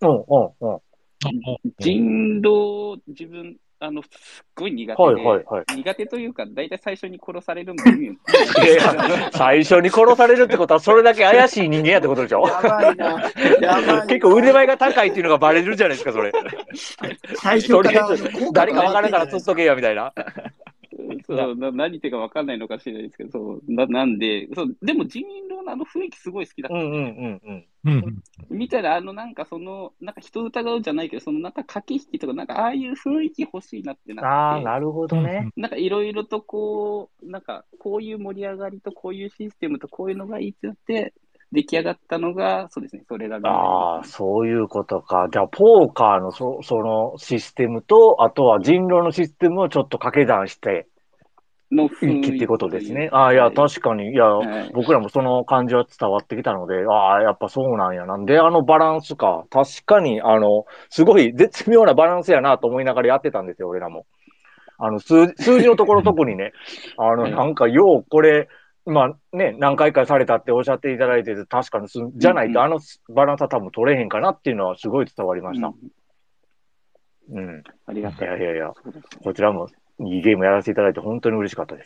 人狼、自分、すっごい苦手で、苦手というか、だいたい最初に殺されるもん。 最初に殺されるってことは、それだけ怪しい人間やってことでしょ？ やばいな。 結構腕前が高いっていうのがバレるじゃないですか、それ。 最初から誰か分からんから釣っとけよ、みたいな。 何言ってるか分かんないのかもしれないですけど、なんで、でも人狼の雰囲気すごい好きだったんで、みたいな、なんか人疑うじゃないけど、なんか駆け引きとか、なんかああいう雰囲気欲しいなってなって、 なるほどね。 なんかいろいろとなんかこういう盛り上がりとこういうシステムとこういうのがいいってなって、出来上がったのが、そうですね、それだね。 そういうことか。じゃあ、ポーカーのそのシステムと、あとは人狼のシステムをちょっと掛け算して、 の雰囲気ってことですね。いや、確かに。いや、僕らもその感じは伝わってきたので、やっぱそうなんや。なんでバランスか。確かに、すごい絶妙なバランスやなと思いながらやってたんですよ、俺らも。数字のところ特にね、なんか、これ、何回かされたっておっしゃっていただいてて、確かにじゃないと、バランスは多分取れへんかなっていうのはすごい伝わりました。 ありがとう。 いや、こちらもいいゲームやらせていただいて本当に嬉しかったです。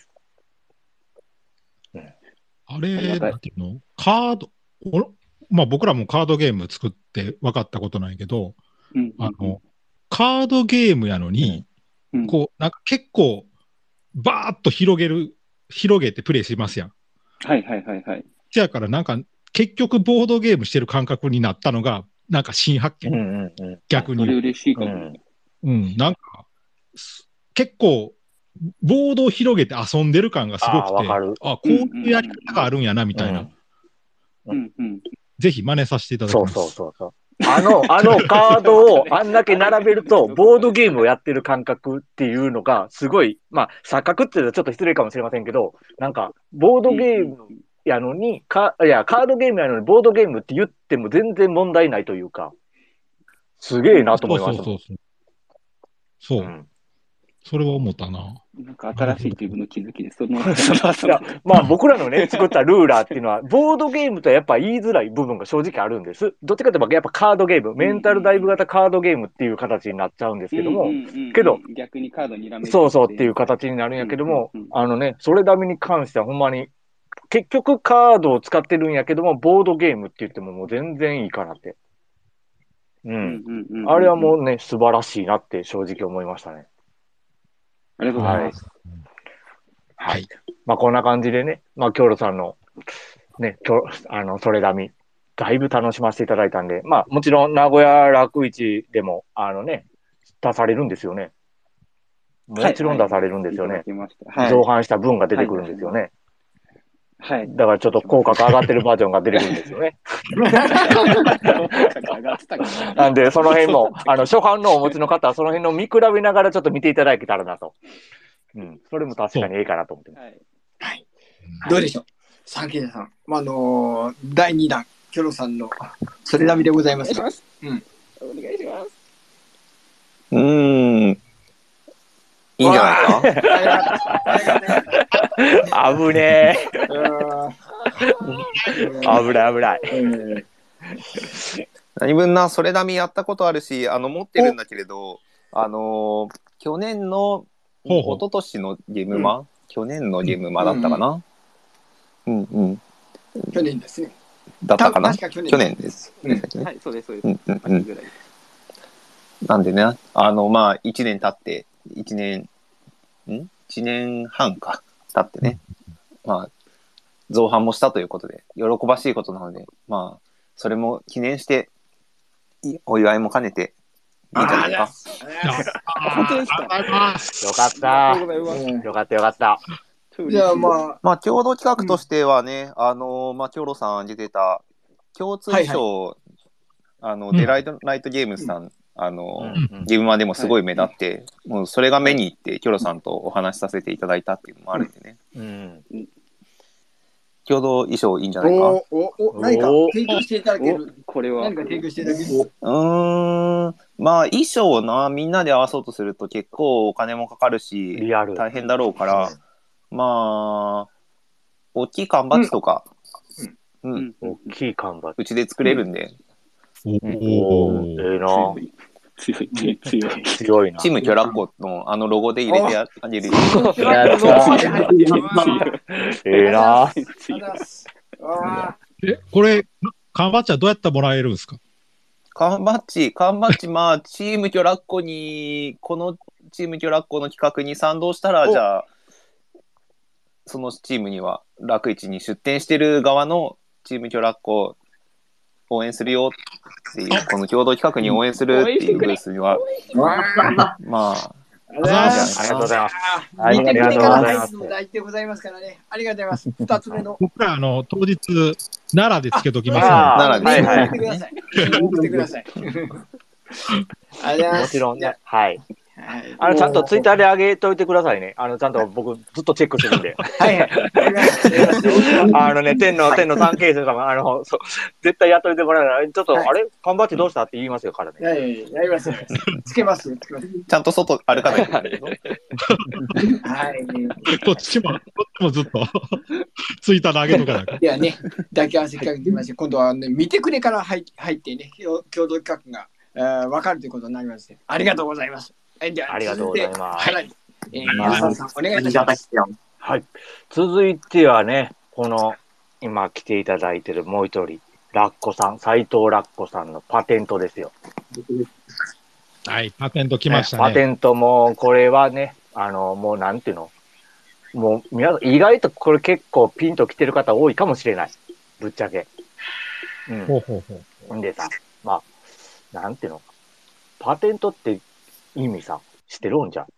あれ、なんていうの？カード、僕らもカードゲーム作って分かったことないけど、カードゲームやのに、なんか結構、バーッと広げてプレイしますやん。 はい。 せやからなんか、結局ボードゲームしてる感覚になったのが、なんか新発見。逆に。 それ嬉しいかも。 なんか、結構、ボードを広げて遊んでる感がすごくて、こういうやり方があるんやな、みたいな。ぜひ真似させていただきます。 そう。カードをあんだけ並べると、ボードゲームをやってる感覚っていうのが、すごい、錯覚っていうのはちょっと失礼かもしれませんけど、なんか、ボードゲームやのに、カードゲームやのにボードゲームって言っても全然問題ないというか、 すげえなと思いました。 そう。そう。それは思ったな。 なんか新しい自分の気づきで、 まあ僕らのね、作ったルーラーっていうのは、ボードゲームとやっぱ言いづらい部分が正直あるんです。どっちかというとやっぱカードゲーム、メンタルダイブ型カードゲームっていう形になっちゃうんですけども、けど、 逆にカードにらめそうっていう形になるんやけども、それダメに関してはほんまに、結局カードを使ってるんやけども、ボードゲームって言ってももう全然いいかなって。あれはもうね、素晴らしいなって正直思いましたね。 ありがとうございます。 はい。まあ、こんな感じでね、まあ、京ロさんの、ね、それだみ、だいぶ楽しませていただいたんで、まあ、もちろん、名古屋楽市でも、出されるんですよね。もちろん出されるんですよね。造反した分が出てくるんですよね。 はい。 だからちょっと口角上がってるバージョンが出てくるんですよね。なんで、その辺も、初版のお持ちの方は、その辺の見比べながらちょっと見ていただけたらなと。それも確かにいいかなと思ってます。 はい。どうでしょう、サンケイさん。第2弾、キョロさんのそれなみでございますが。 お願いします。 いいんじゃないか。 危ねえ。危ない。 何分な、それなみやったことあるし、持ってるんだけれど、去年の、一昨年のゲームマ、去年のゲームマだったかな。 去年ですね。 だったかな。去年です。 はい、そうです。 なんでね、1年経って、1年半か経ってね、造反もしたということで、喜ばしいことなので、それも記念して、お祝いも兼ねて、いいんじゃないか。 本当ですか。 よかった。よかった。 じゃあ共同企画としてはね、キョロさん出てた、共通衣装、デライトゲームズさん、ゲームマでもすごい目立って、もうそれが目に行って、キョロさんとお話しさせていただいたっていうのもあるんでね。共同衣装いいんじゃないか。 何か提供していただける。 これは。 何か提供していただける。 衣装な、みんなで合わそうとすると結構お金もかかるし、大変だろうから、大きい缶バッジとか、 大きい缶バッジ。 うちで作れるんで。 ええな。強いな。 チームキョラッコのロゴで入れてあげる。 ええな。 これ、缶バッジはどうやってもらえるんですか？ 缶バッジ、チームキョラッコに、このチームキョラッコの企画に賛同したら、じゃあ、そのチームには、楽市に出店してる側のチームキョラッコ応援するよっていう、この共同企画に応援するっていうブースには、 ありがとうございます。 ありがとうございます。大事でございますからね。ありがとうございます。2つ目の。 僕ら当日、奈良でつけときます奈良で。 送ってください。送ってください。 もちろんね。はい。ちゃんとツイッターで上げといてくださいね。ちゃんと僕ずっとチェックしてるんで。天の関係者様、絶対やっといてもらえない。ちょっと、あれ缶バッジどうしたって言いますよからね。 やります。つけます。 ちゃんと外歩かないと。 はい。 こっちもずっとツイッターで上げとかない。 いやね、抱き合わせ企画にまして、今度はね、見てくれから入ってね、共同企画が分かるということになりまして、ありがとうございます。 ありがとうございます。 皆さんお願いいたします。 はい。続いてはね、この今来ていただいているもう一人、ラッコさん、斉藤ラッコさんのパテントですよ。 はい、パテント来ましたね。 パテントもこれはね、もうなんていうの、もう皆さん意外とこれ結構ピンと来てる方多いかもしれない。ぶっちゃけ。んでさ、なんていうの、パテントって意味さ、知ってるんじゃん。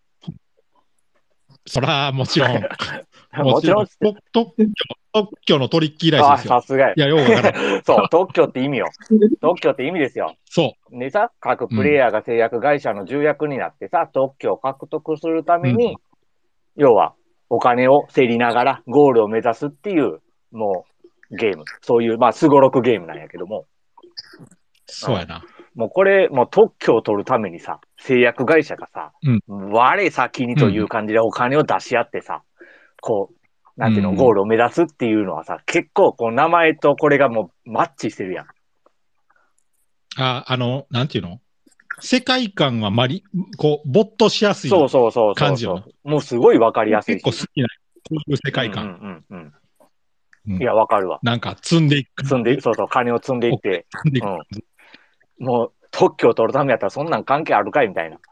そら、もちろん。 もちろん。 特許のトリッキーライスですよ。 さすがや。 いや、よくわからん。 そう、特許って意味よ。特許って意味ですよ。 そう。 でさ、各プレイヤーが製薬会社の重役になってさ、特許を獲得するために、要は、お金を競りながらゴールを目指すっていう、もう、ゲーム。そういう、すごろくゲームなんやけども。 そうやな。 もうこれ、もう特許を取るためにさ、製薬会社がさ、我先にという感じでお金を出し合ってさ、こう、なんていうの、ゴールを目指すっていうのはさ、結構こう名前とこれがもうマッチしてるやん。 なんていうの世界観はこう、没頭しやすい感じよ。 もうすごいわかりやすい。 結構好きな、こういう世界観。 いや、わかるわ。 なんか積んでいく。 そうそう、金を積んでいって。もう特許を取るためやったらそんなん関係あるかいみたいな。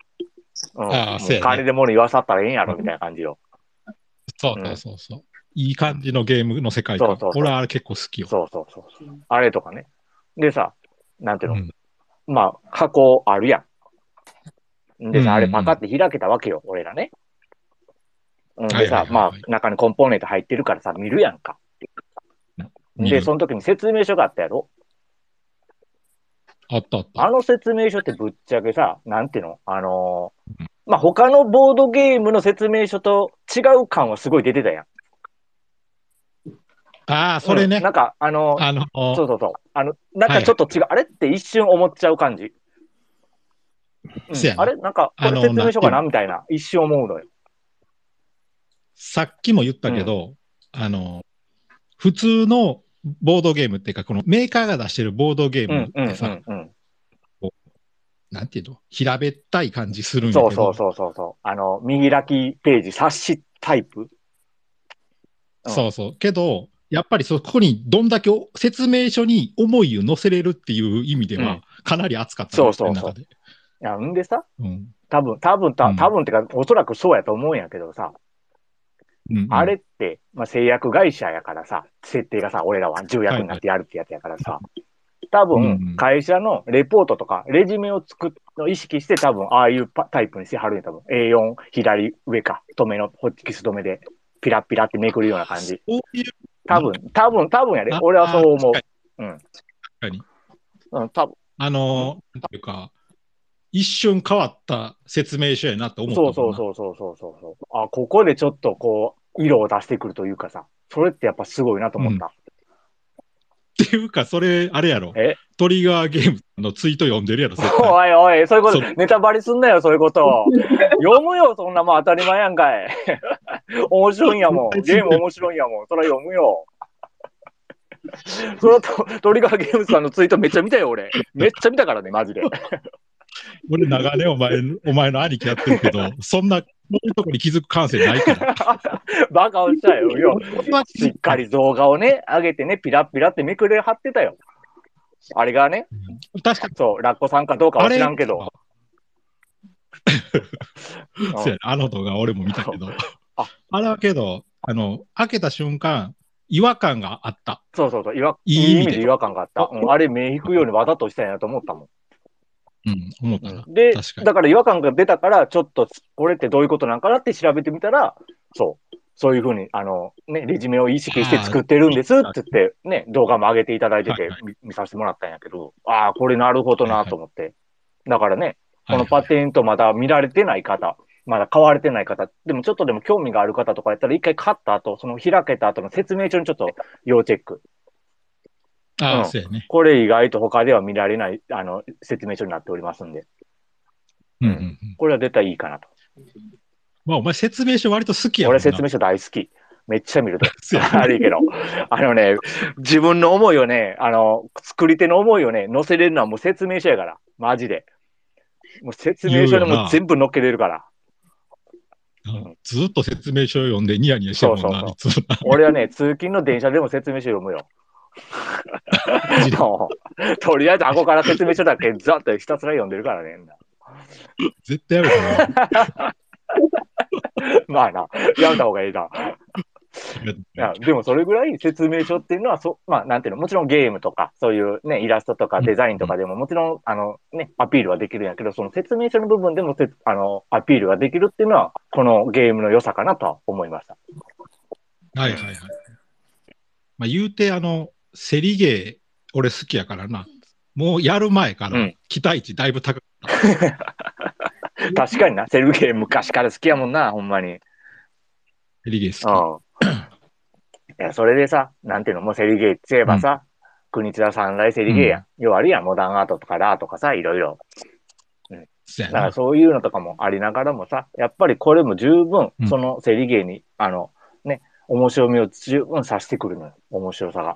金で物言わさったらええんやろみたいな感じよ。 そう。いい感じのゲームの世界観。俺はあれ結構好きよ。 そう。あれとかね。でさ、なんていうの、まあ、箱あるやん。でさ、あれパカって開けたわけよ、俺らね。でさ、まあ、中にコンポーネント入ってるからさ、見るやんか。で、その時に説明書があったやろ。 あった。 あの説明書ってぶっちゃけさ、なんていうのまあ、他のボードゲームの説明書と違う感はすごい出てたやん。 ああ、それね。 なんか、そう。なんかちょっと違う。あれって一瞬思っちゃう感じ。あれなんか、これ説明書かなみたいな。一瞬思うのよ。 さっきも言ったけど、普通のボードゲームっていうか、このメーカーが出してるボードゲームってさ、なんていうの平べったい感じするんやけど。 そう。右開きページ、冊子タイプ。 そう。けど、やっぱりそこにどんだけ説明書に思いを乗せれるっていう意味では、かなり熱かった。 そう。いや、んでさ、多分ってか、おそらくそうやと思うんやけどさ、あれって、まあ、製薬会社やからさ、設定がさ、俺らは重役になってやるってやつやからさ、多分、会社のレポートとか、レジュメを意識して多分、ああいうタイプにしてはるんや、多分。A4 左上か、ホッチキス止めで、ピラピラってめくるような感じ。多分やで。俺はそう思う。確かに。 多分。 なんていうか、一瞬変わった説明書やなって思ったもんな。 そう。あ、ここでちょっとこう、色を出してくるというかさ、それってやっぱすごいなと思った。 っていうか、それ、あれやろ。トリガーゲームのツイート読んでるやろ、 おい、そういうこと、ネタバレすんなよ、そういうこと。読むよ、そんなもん当たり前やんかい。面白いんやもん。ゲーム面白いんやもん。それ読むよ。そのトリガーゲームズさんのツイートめっちゃ見たよ、俺。めっちゃ見たからね、マジで。 俺、長年お前の兄貴やってるけど、そんな、こういうとこに気づく感性ないから。 バカおっしゃいよ。しっかり動画をね、上げてね、ピラピラってめくれ貼ってたよ。あれがね、 確かに。 そう、ラッコさんかどうかは知らんけど。 そうやあの動画俺も見たけど。あれはけど、開けた瞬間、違和感があった。 そう。いい意味で違和感があった。あれ、目引くようにわざとしたんやと思ったもん。 思ったな。 で、だから違和感が出たから、ちょっと、これってどういうことなんかなって調べてみたら、そういうふうに、レジュメを意識して作ってるんですって言って、ね、動画も上げていただいてて、見させてもらったんやけど、これなるほどなと思って。だからね、このパテントまだ見られてない方、まだ買われてない方、でもちょっとでも興味がある方とかやったら、一回買った後、その開けた後の説明書にちょっと要チェック。 そうやね。 これ意外と他では見られない、説明書になっておりますんで。これは絶対いいかなと。 まあ、お前説明書割と好きやもんな。 俺説明書大好き。めっちゃ見ると。悪いけど。自分の思いをね、作り手の思いをね、載せれるのはもう説明書やから。マジで。もう説明書でも全部載っけれるから。 ずっと説明書を読んでニヤニヤしてるもんな。 俺はね、通勤の電車でも説明書読むよ。とりあえず、顎から説明書だけざっとひたすら読んでるからね。 絶対やめたな。 まあな、やめた方がいいな。でもそれぐらい説明書っていうのは、まあなんていうの、もちろんゲームとか、そういうね、イラストとかデザインとかでももちろん、アピールはできるんやけど、その説明書の部分でもアピールができるっていうのは、このゲームの良さかなとは思いました。 はい。まあ言うて、セリゲー、俺好きやからな。もうやる前から、期待値だいぶ高かった。 確かにな、セリゲー昔から好きやもんな、ほんまに。 セリゲー好き。 いや、それでさ、なんていうの、もうセリゲーって言えばさ、 国津田三大セリゲーやん。要はあるやん、モダンアートとかラーとかさ、いろいろ。だからそういうのとかもありながらもさ、やっぱりこれも十分、そのセリゲーに、面白みを十分さしてくるのよ。面白さが。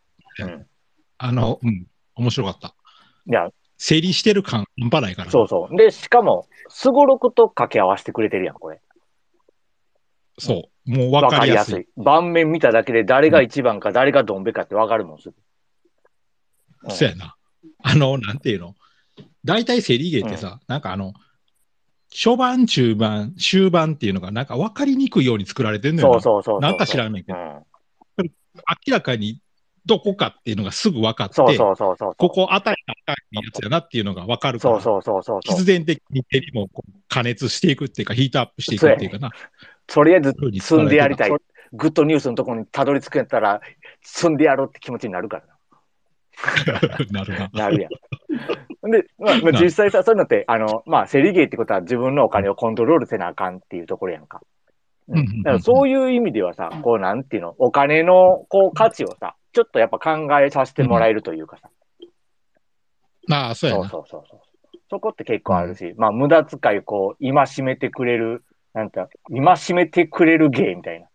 面白かった。 いや、 整理してる感半端ないから。 そうそう。で、しかも、すごろくと掛け合わせてくれてるやん、これ。 そう。もう分かりやすい。 盤面見ただけで誰が一番か誰がドンベかって分かるもん、すぐ。そうやな。なんていうの。大体セリゲーってさ、なんか初盤、中盤、終盤っていうのがなんか分かりにくいように作られてんのよ。 そうなんか知らんねんけど。明らかにどこかっていうのがすぐ分かって、ここ当たり高いやつやなっていうのが分かるから、必然的に手にも加熱していくっていうか、ヒートアップしていくっていうかな。 とりあえず積んでやりたい。グッドニュースのところにたどり着けたら、積んでやろうって気持ちになるからな。 なるな。 なるやん。で、実際さ、そういうのって、セリゲーってことは自分のお金をコントロールせなあかんっていうところやんか。だからそういう意味ではさ、こうなんていうの、お金の価値をさ、ちょっとやっぱ考えさせてもらえるというかさ。 そうやな。 そこって結構あるし、無駄遣い今しめてくれる、今しめてくれるゲーみたいな。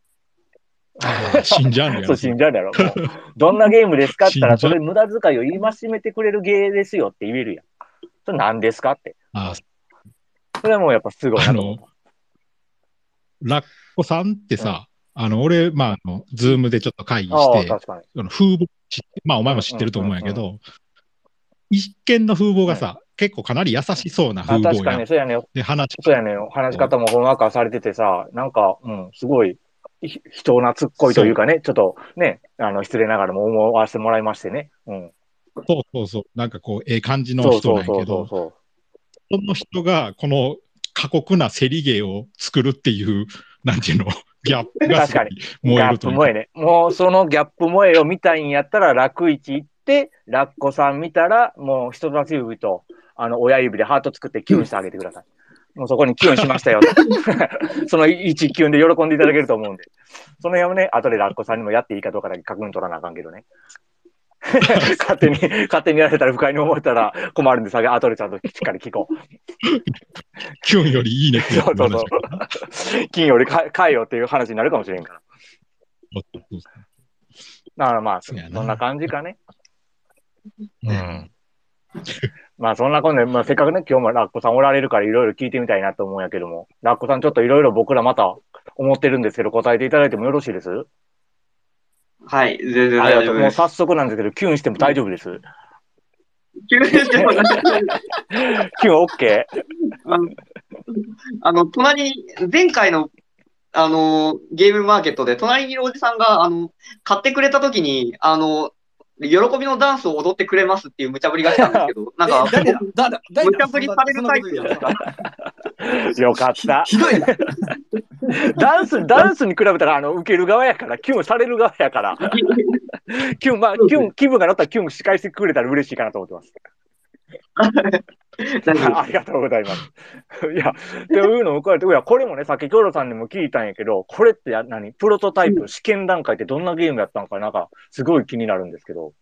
新ジャンルやろ。 そう、新ジャンルやろ。どんなゲームですかって言ったら、それ無駄遣いを今しめてくれるゲーですよって言えるやん。それ何ですかって。それはもうやっぱすごいなと思う。 ラッコさんってさ、俺、ズームでちょっと会議して、風貌、お前も知ってると思うんやけど、一見の風貌がさ、結構かなり優しそうな風貌や。 確かに、そうやね。 で、 そうやね。話し方もほんわかされててさ、なんか、すごい、人懐っこいというかね、ちょっとね、失礼ながらも思わせてもらいましてね。 そう。なんか感じの人なんやけど、その人が、この過酷な競り芸を作るっていう、なんていうの、ギャップがすごい燃えるというか。 ギャップ萌えね。もうそのギャップ萌えを見たいんやったら、楽市行って、ラッコさん見たら、もう人差し指と、親指でハート作ってキュンしてあげてください。もうそこにキュンしましたよと。その1キュンで喜んでいただけると思うんで。その辺をね、後でラッコさんにもやっていいかどうかだけ確認取らなあかんけどね。勝手にやられたら不快に思えたら困るんで、後でちゃんとしっかり聞こう。 キュンよりいいねってそう。金より買えよっていう話になるかもしれんから。だからそんな感じかね。そんなこんで、せっかくね、今日もラッコさんおられるからいろいろ聞いてみたいなと思うんやけども、ラッコさんちょっといろいろ僕らまた思ってるんですけど、答えていただいてもよろしいです？ はい、全然大丈夫です。 もう早速なんですけど、キュンしても大丈夫です？ キュンしても大丈夫です。 キュン OK？ 前回の、ゲームマーケットで、隣にいるおじさんが、買ってくれたときに、喜びのダンスを踊ってくれますっていう無茶ぶりがしたんですけど、なんか、無茶ぶりされるタイプですか？ よかった。 ひどいな。 ダンスに比べたら、受ける側やから、キュンされる側やから。キュン、気分が乗ったらキュン仕返してくれたら嬉しいかなと思ってます。ありがとうございます。いや、っていうのを伺って、いや、これもね、さっき京ロさんにも聞いたんやけど、これってプロトタイプ、試験段階ってどんなゲームやったのか、なんか、すごい気になるんですけど。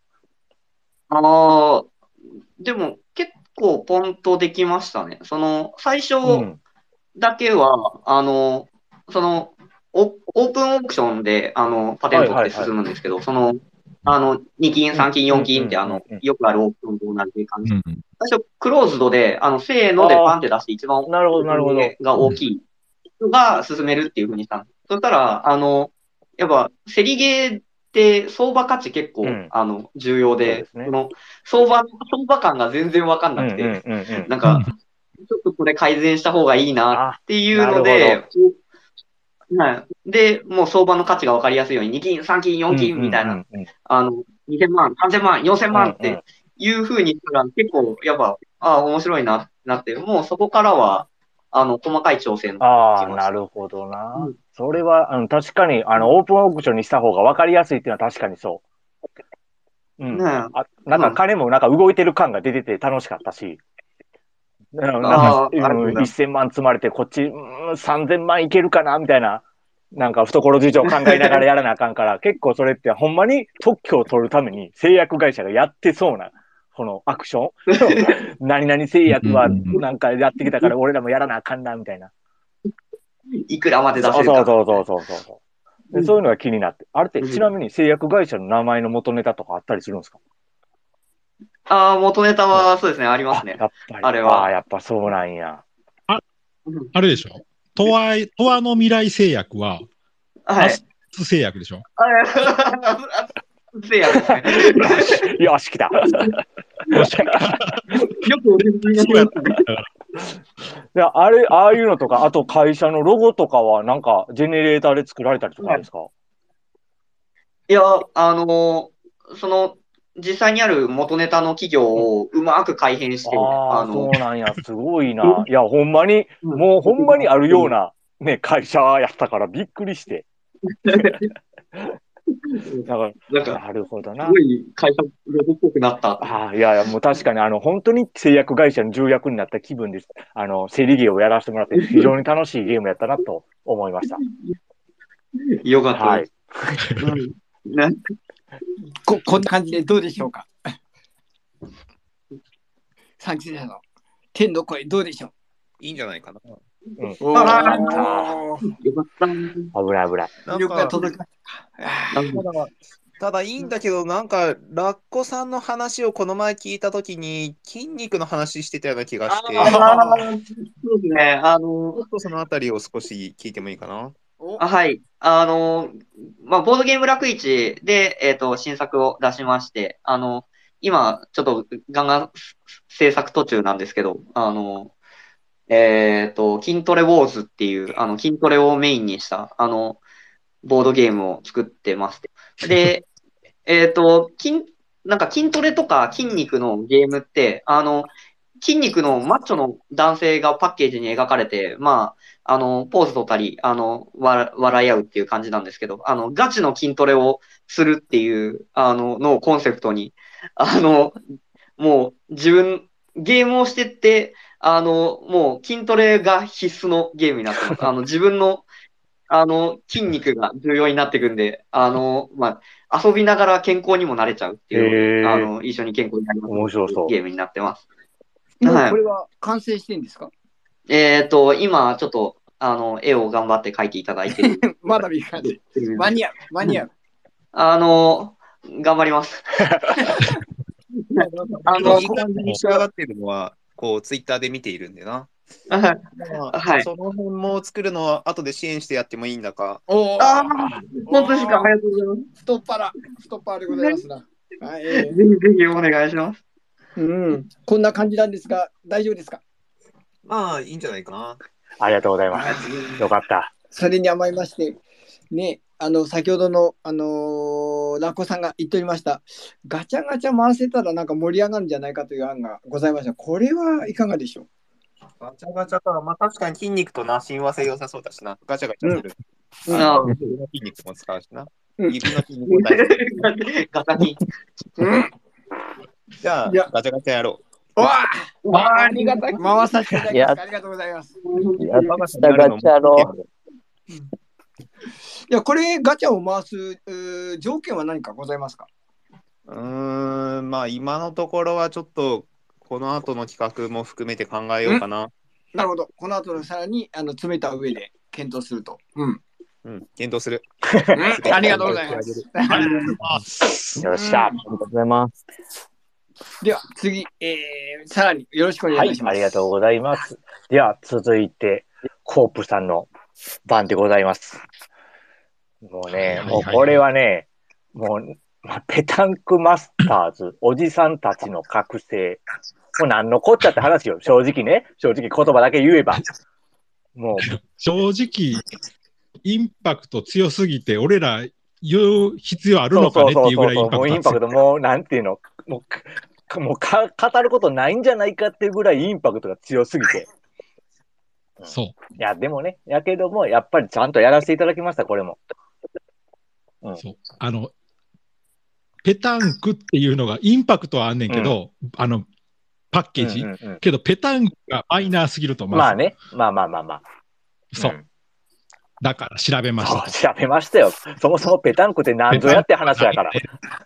でも、結構ポンとできましたね。最初だけは、オープンオークションで、パテントって進むんですけど、2金、3金、4金ってよくあるオープンと同じ感じ。最初、クローズドで、せーのでパンって出して一番が大きい人が進めるっていう風にしたんです。そしたら、やっぱ、競りゲーって相場価値結構、重要で、相場感が全然わかんなくて、なんか、ちょっとこれ改善した方がいいなっていうので、で、もう相場の価値が分かりやすいように、2金、3金、4金みたいな、2000万、3000万、4000万っていう風にしたら、結構、やっぱ、面白いなって、もうそこからは、細かい調整の。 なるほどな。それは、確かに、オープンオークションにした方が分かりやすいっていうのは確かにそう。なんか彼もなんか動いてる感が出てて楽しかったし。1000万積まれて、こっち、3000万いけるかなみたいな。 なんか懐事情考えながらやらなあかんから、結構それってほんまに特許を取るために製薬会社がやってそうな、このアクション何々製薬はなんかやってきたから俺らもやらなあかんな、みたいな。 いくらまで出せるか。 そうで。そういうのが気になって。あれってちなみに製薬会社の名前の元ネタとかあったりするんですか？ 元ネタはそうですね、ありますね。 やっぱり。 あれは。 やっぱそうなんや。 あれでしょ？とわの未来製薬は、 はい。 製薬でしょ？ 製薬ですね。 よし、来た。よくお気づきになりますね。 ああいうのとか、あと会社のロゴとかは、なんか、ジェネレーターで作られたりとかですか？ いや、実際にある元ネタの企業をうまく改変して、 そうなんや、すごいな。いや、ほんまに、もうほんまにあるような、ね、会社やったからびっくりして。なるほどな。 すごい会社ロゴっぽくなった。 いや、もう確かに、本当に製薬会社の重役になった気分です。整理ゲーをやらせてもらって、非常に楽しいゲームやったなと思いました。 よかったです。 こんな感じでどうでしょうか。参加者の天の声どうでしょう。 いいんじゃないかな。 危ない。 ただいいんだけど、なんかラッコさんの話をこの前聞いたときに筋肉の話してたような気がして、 そうですね。 ちょっとそのあたりを少し聞いてもいいかな。 はい。ボードゲーム楽市で、新作を出しまして、今、ちょっとガンガン制作途中なんですけど、筋トレウォーズっていう、筋トレをメインにした、ボードゲームを作ってます。で、なんか筋トレとか筋肉のゲームって、筋肉のマッチョの男性がパッケージに描かれて、ポーズ取ったり、笑い合うっていう感じなんですけど、ガチの筋トレをするっていう、のをコンセプトに、もうゲームをしてって、もう筋トレが必須のゲームになってます。自分の、筋肉が重要になってくんで、遊びながら健康にもなれちゃうっていうので、一緒に健康になります。 面白そう。 ゲームになってます。 もうこれは完成してんですか？ 今、ちょっと、絵を頑張って描いていただいてる。 まだ見かない。間に合う。 頑張ります。 いい感じに仕上がってるのは、こう、ツイッターで見ているんでな。 はい。 その辺も作るのは後で支援してやってもいいんだか。 本当ですか？ありがとうございます。 太っ腹でございますな。 はい、ぜひお願いします。 こんな感じなんですが、大丈夫ですか？ まあ、いいんじゃないかな。 ありがとうございます。よかった。 それに甘えまして、ね、先ほどの、ラッコさんが言っておりました、ガチャガチャ回せたらなんか盛り上がるんじゃないかという案がございました。これはいかがでしょう？ ガチャガチャか。まあ確かに筋肉とな、親和性良さそうだしな。ガチャガチャする。指の筋肉も使うしな。指の筋肉も大事。 ガチャ筋。 じゃあ、ガチャガチャやろう。ありがたい。回させていただきます。ありがとうございます。 ガチャやろう。 いや、これガチャを回す条件は何かございますか？ まあ今のところはちょっとこの後の企画も含めて考えようかな。 なるほど。この後のさらに詰めた上で検討すると。 検討する。 ありがとうございます。 よっしゃ。 ありがとうございます。 では次、さらによろしくお願いします。 ありがとうございます。では続いてコープさんの番でございます。もうね、もうこれはね、もうペタンクマスターズ、おじさんたちの覚醒。もう何のこっちゃって話よ。正直言葉だけ言えば。もう。 正直、インパクト強すぎて、俺ら言う必要あるのかねっていうぐらいインパクト。 もうインパクト、もうなんていうの、もう語ることないんじゃないかっていうぐらいインパクトが強すぎて。 そう。 いや、でもね、やけども、やっぱりちゃんとやらせていただきました、これも。 そう。ペタンクっていうのがインパクトはあんねんけど、パッケージ、けどペタンクがマイナーすぎると思う。 まあね、まあ。 そう。 だから調べましたと。 調べましたよ。そもそもペタンクって何ぞやって話だから。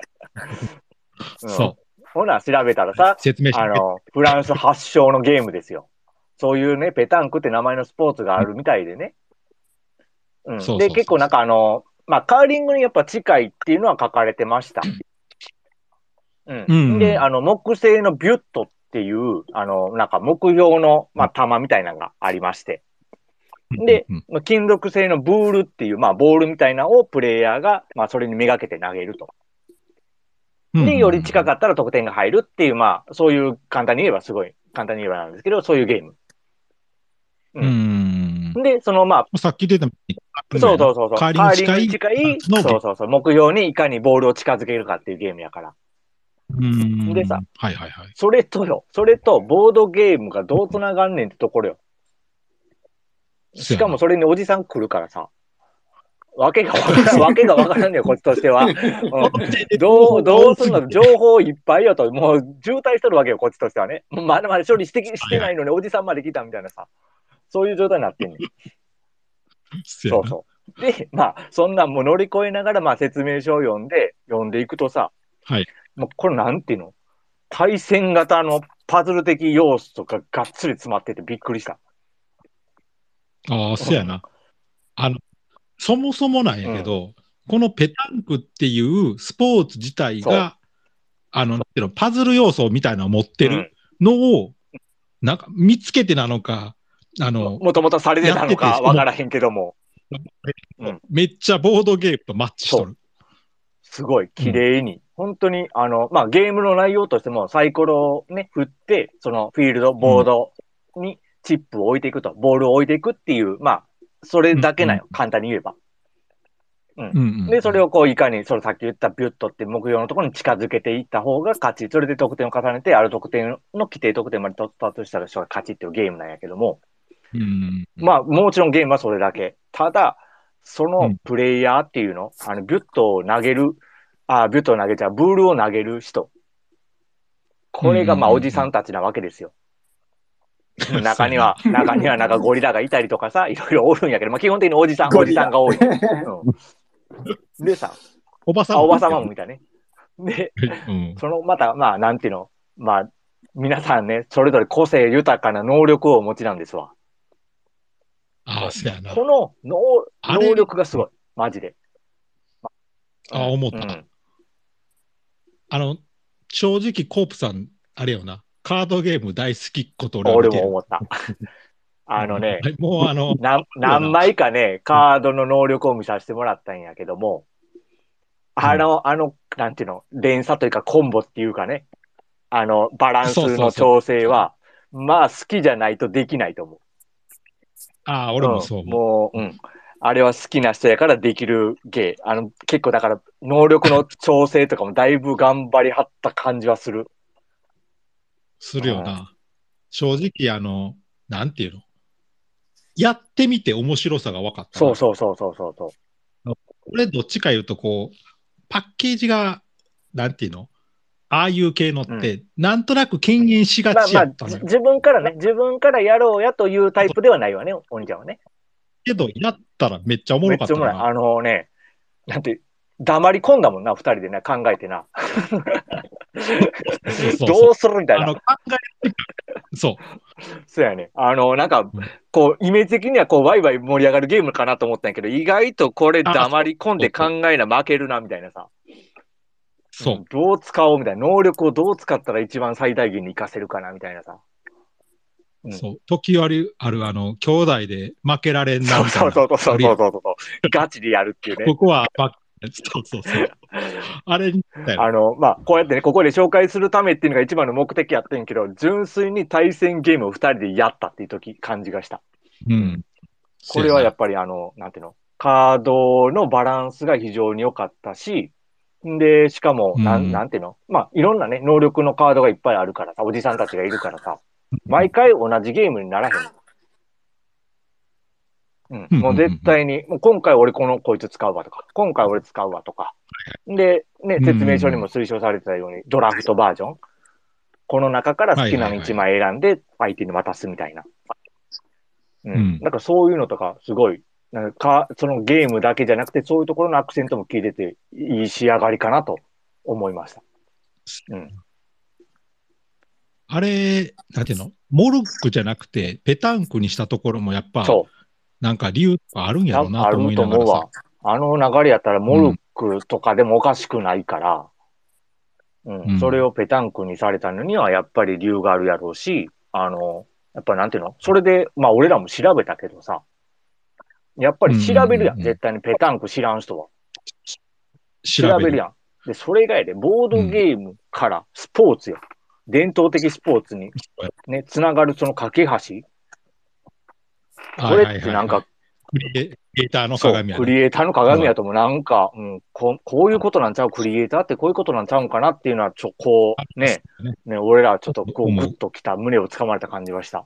そう。 ほな、調べたらさ、 説明してフランス発祥のゲームですよ。そういうね、ペタンクって名前のスポーツがあるみたいでね。で、結構なんかまあ、カーリングにやっぱ近いっていうのは書かれてました。で、木製のビュットっていう、なんか木標の、まあ、玉みたいなのがありまして。で、金属製のブールっていう、まあ、ボールみたいなのをプレイヤーが、まあ、それにめがけて投げると。で、より近かったら得点が入るっていう、まあ、そういう簡単に言えばすごい、簡単に言えばなんですけど、そういうゲーム。で、そのまあ、 さっき出た、 そう。カーリングに近い、 そう。目標にいかにボールを近づけるかっていうゲームやから。でさ、それとボードゲームがどう繋がんねんってところよ。しかもそれにおじさん来るからさ、わけがわからんねよ、こっちとしては。どうすんの情報いっぱいよと、もう渋滞しとるわけよ、こっちとしてはね。まだまだ処理してないのにおじさんまで来たみたいなさ、そういう状態になってんねん。そう。で、まあ、そんなんも乗り越えながら、まあ、説明書を読んでいくとさ、もうこれなんていうの、対戦型のパズル的要素とかがっつり詰まっててびっくりした。 ああ、そうやな。そもそもなんやけど、このペタンクっていうスポーツ自体が、パズル要素みたいなのを持ってるのを、なんか見つけてなのか、 もともとされてたのかわからへんけども。 めっちゃボードゲームとマッチしとる。 すごい綺麗に。本当に、まあ、ゲームの内容としてもサイコロをね、振って、そのフィールド、ボードにチップを置いていくと、ボールを置いていくっていう、まあ、それだけなよ、簡単に言えば。で、それをこう、いかに、さっき言ったビュットって目標のところに近づけていった方が勝ち。それで得点を重ねて、ある得点の規定得点まで取ったとしたら人が勝ちっていうゲームなんやけども。まあ、もちろんゲームはそれだけ。ただ、そのプレイヤーっていうの、ビュットを投げる、ブールを投げる人。これがまあ、おじさんたちなわけですよ。中にはなんかゴリラがいたりとかさ、いろいろおるんやけど、まあ、基本的におじさんが多い。でさ、おばさまも見たね。で、また、まあ、なんていうの、まあ、皆さんね、それぞれ個性豊かな能力をお持ちなんですわ。 そうやな。 この能力がすごい。マジで。 思った。正直、コープさん、あれよな。カードゲーム大好きこと俺も思った。もう何枚かね、カードの能力を見させてもらったんやけども、なんていうの、連鎖というかコンボっていうかね、バランスの調整は、まあ好きじゃないとできないと思う。 俺もそう思う。もう、あれは好きな人やからできる芸。結構だから、能力の調整とかもだいぶ頑張りはった感じはする。 するよな。正直、なんていうの、やってみて面白さが分かった。 そう。 俺、どっちか言うと、こう、パッケージが、なんていうの、ああいう系のって、なんとなく敬遠しがちやったのよ。 自分からやろうやというタイプではないわね、お兄ちゃんはね。 けど、やったらめっちゃおもろかったな。 めっちゃおもろい。なんて、黙り込んだもんな、二人でね、考えてな。どうするみたいな。 そう。 そうやね。なんか、こう、イメージ的には、こう、ワイワイ盛り上がるゲームかなと思ったんやけど、意外とこれ黙り込んで考えな負けるな、みたいなさ。 そう。 どう使おうみたいな。能力をどう使ったら一番最大限に活かせるかな、みたいなさ。 そう。時折ある、兄弟で負けられんな、みたいな。 そう。ガチでやるっていうね。 ここは、そう。あれに、 まあ、こうやってね、ここで紹介するためっていうのが一番の目的やってんけど、純粋に対戦ゲームを二人でやったっていう感じがした。これはやっぱりなんていうの、カードのバランスが非常に良かったし、で、しかも、なんていうの、まあ、いろんなね、能力のカードがいっぱいあるからさ、おじさんたちがいるからさ、毎回同じゲームにならへん。もう絶対に、もう今回俺こいつ使うわとか、今回俺使うわとか。で、ね、説明書にも推奨されてたように、ドラフトバージョン。この中から好きなの1枚選んで相手に渡すみたいな。だからそういうのとか、すごいなんか、そのゲームだけじゃなくて、そういうところのアクセントも効いてて、いい仕上がりかなと思いました。うん。 あれ、なんていうのモルックじゃなくて、ペタンクにしたところもやっぱ、なんか理由とかあるんやろうなと思いながらさ。 あると思うわ。あの流れやったらモルックとかでもおかしくないから、それをペタンクにされたのにはやっぱり理由があるやろうし、やっぱなんていうのそれで、まあ俺らも調べたけどさ、やっぱり調べるやん。絶対にペタンク知らん人は。調べるやん。で、それ以外で、ボードゲームからスポーツや。伝統的スポーツにね、つながるその架け橋。これってなんか、 クリエイターの鏡や、クリエイターの鏡やともなんか、こういうことなんちゃうクリエイターってこういうことなんちゃうんかなっていうのは、ね、俺らはちょっとこうグッときた、胸をつかまれた感じはした。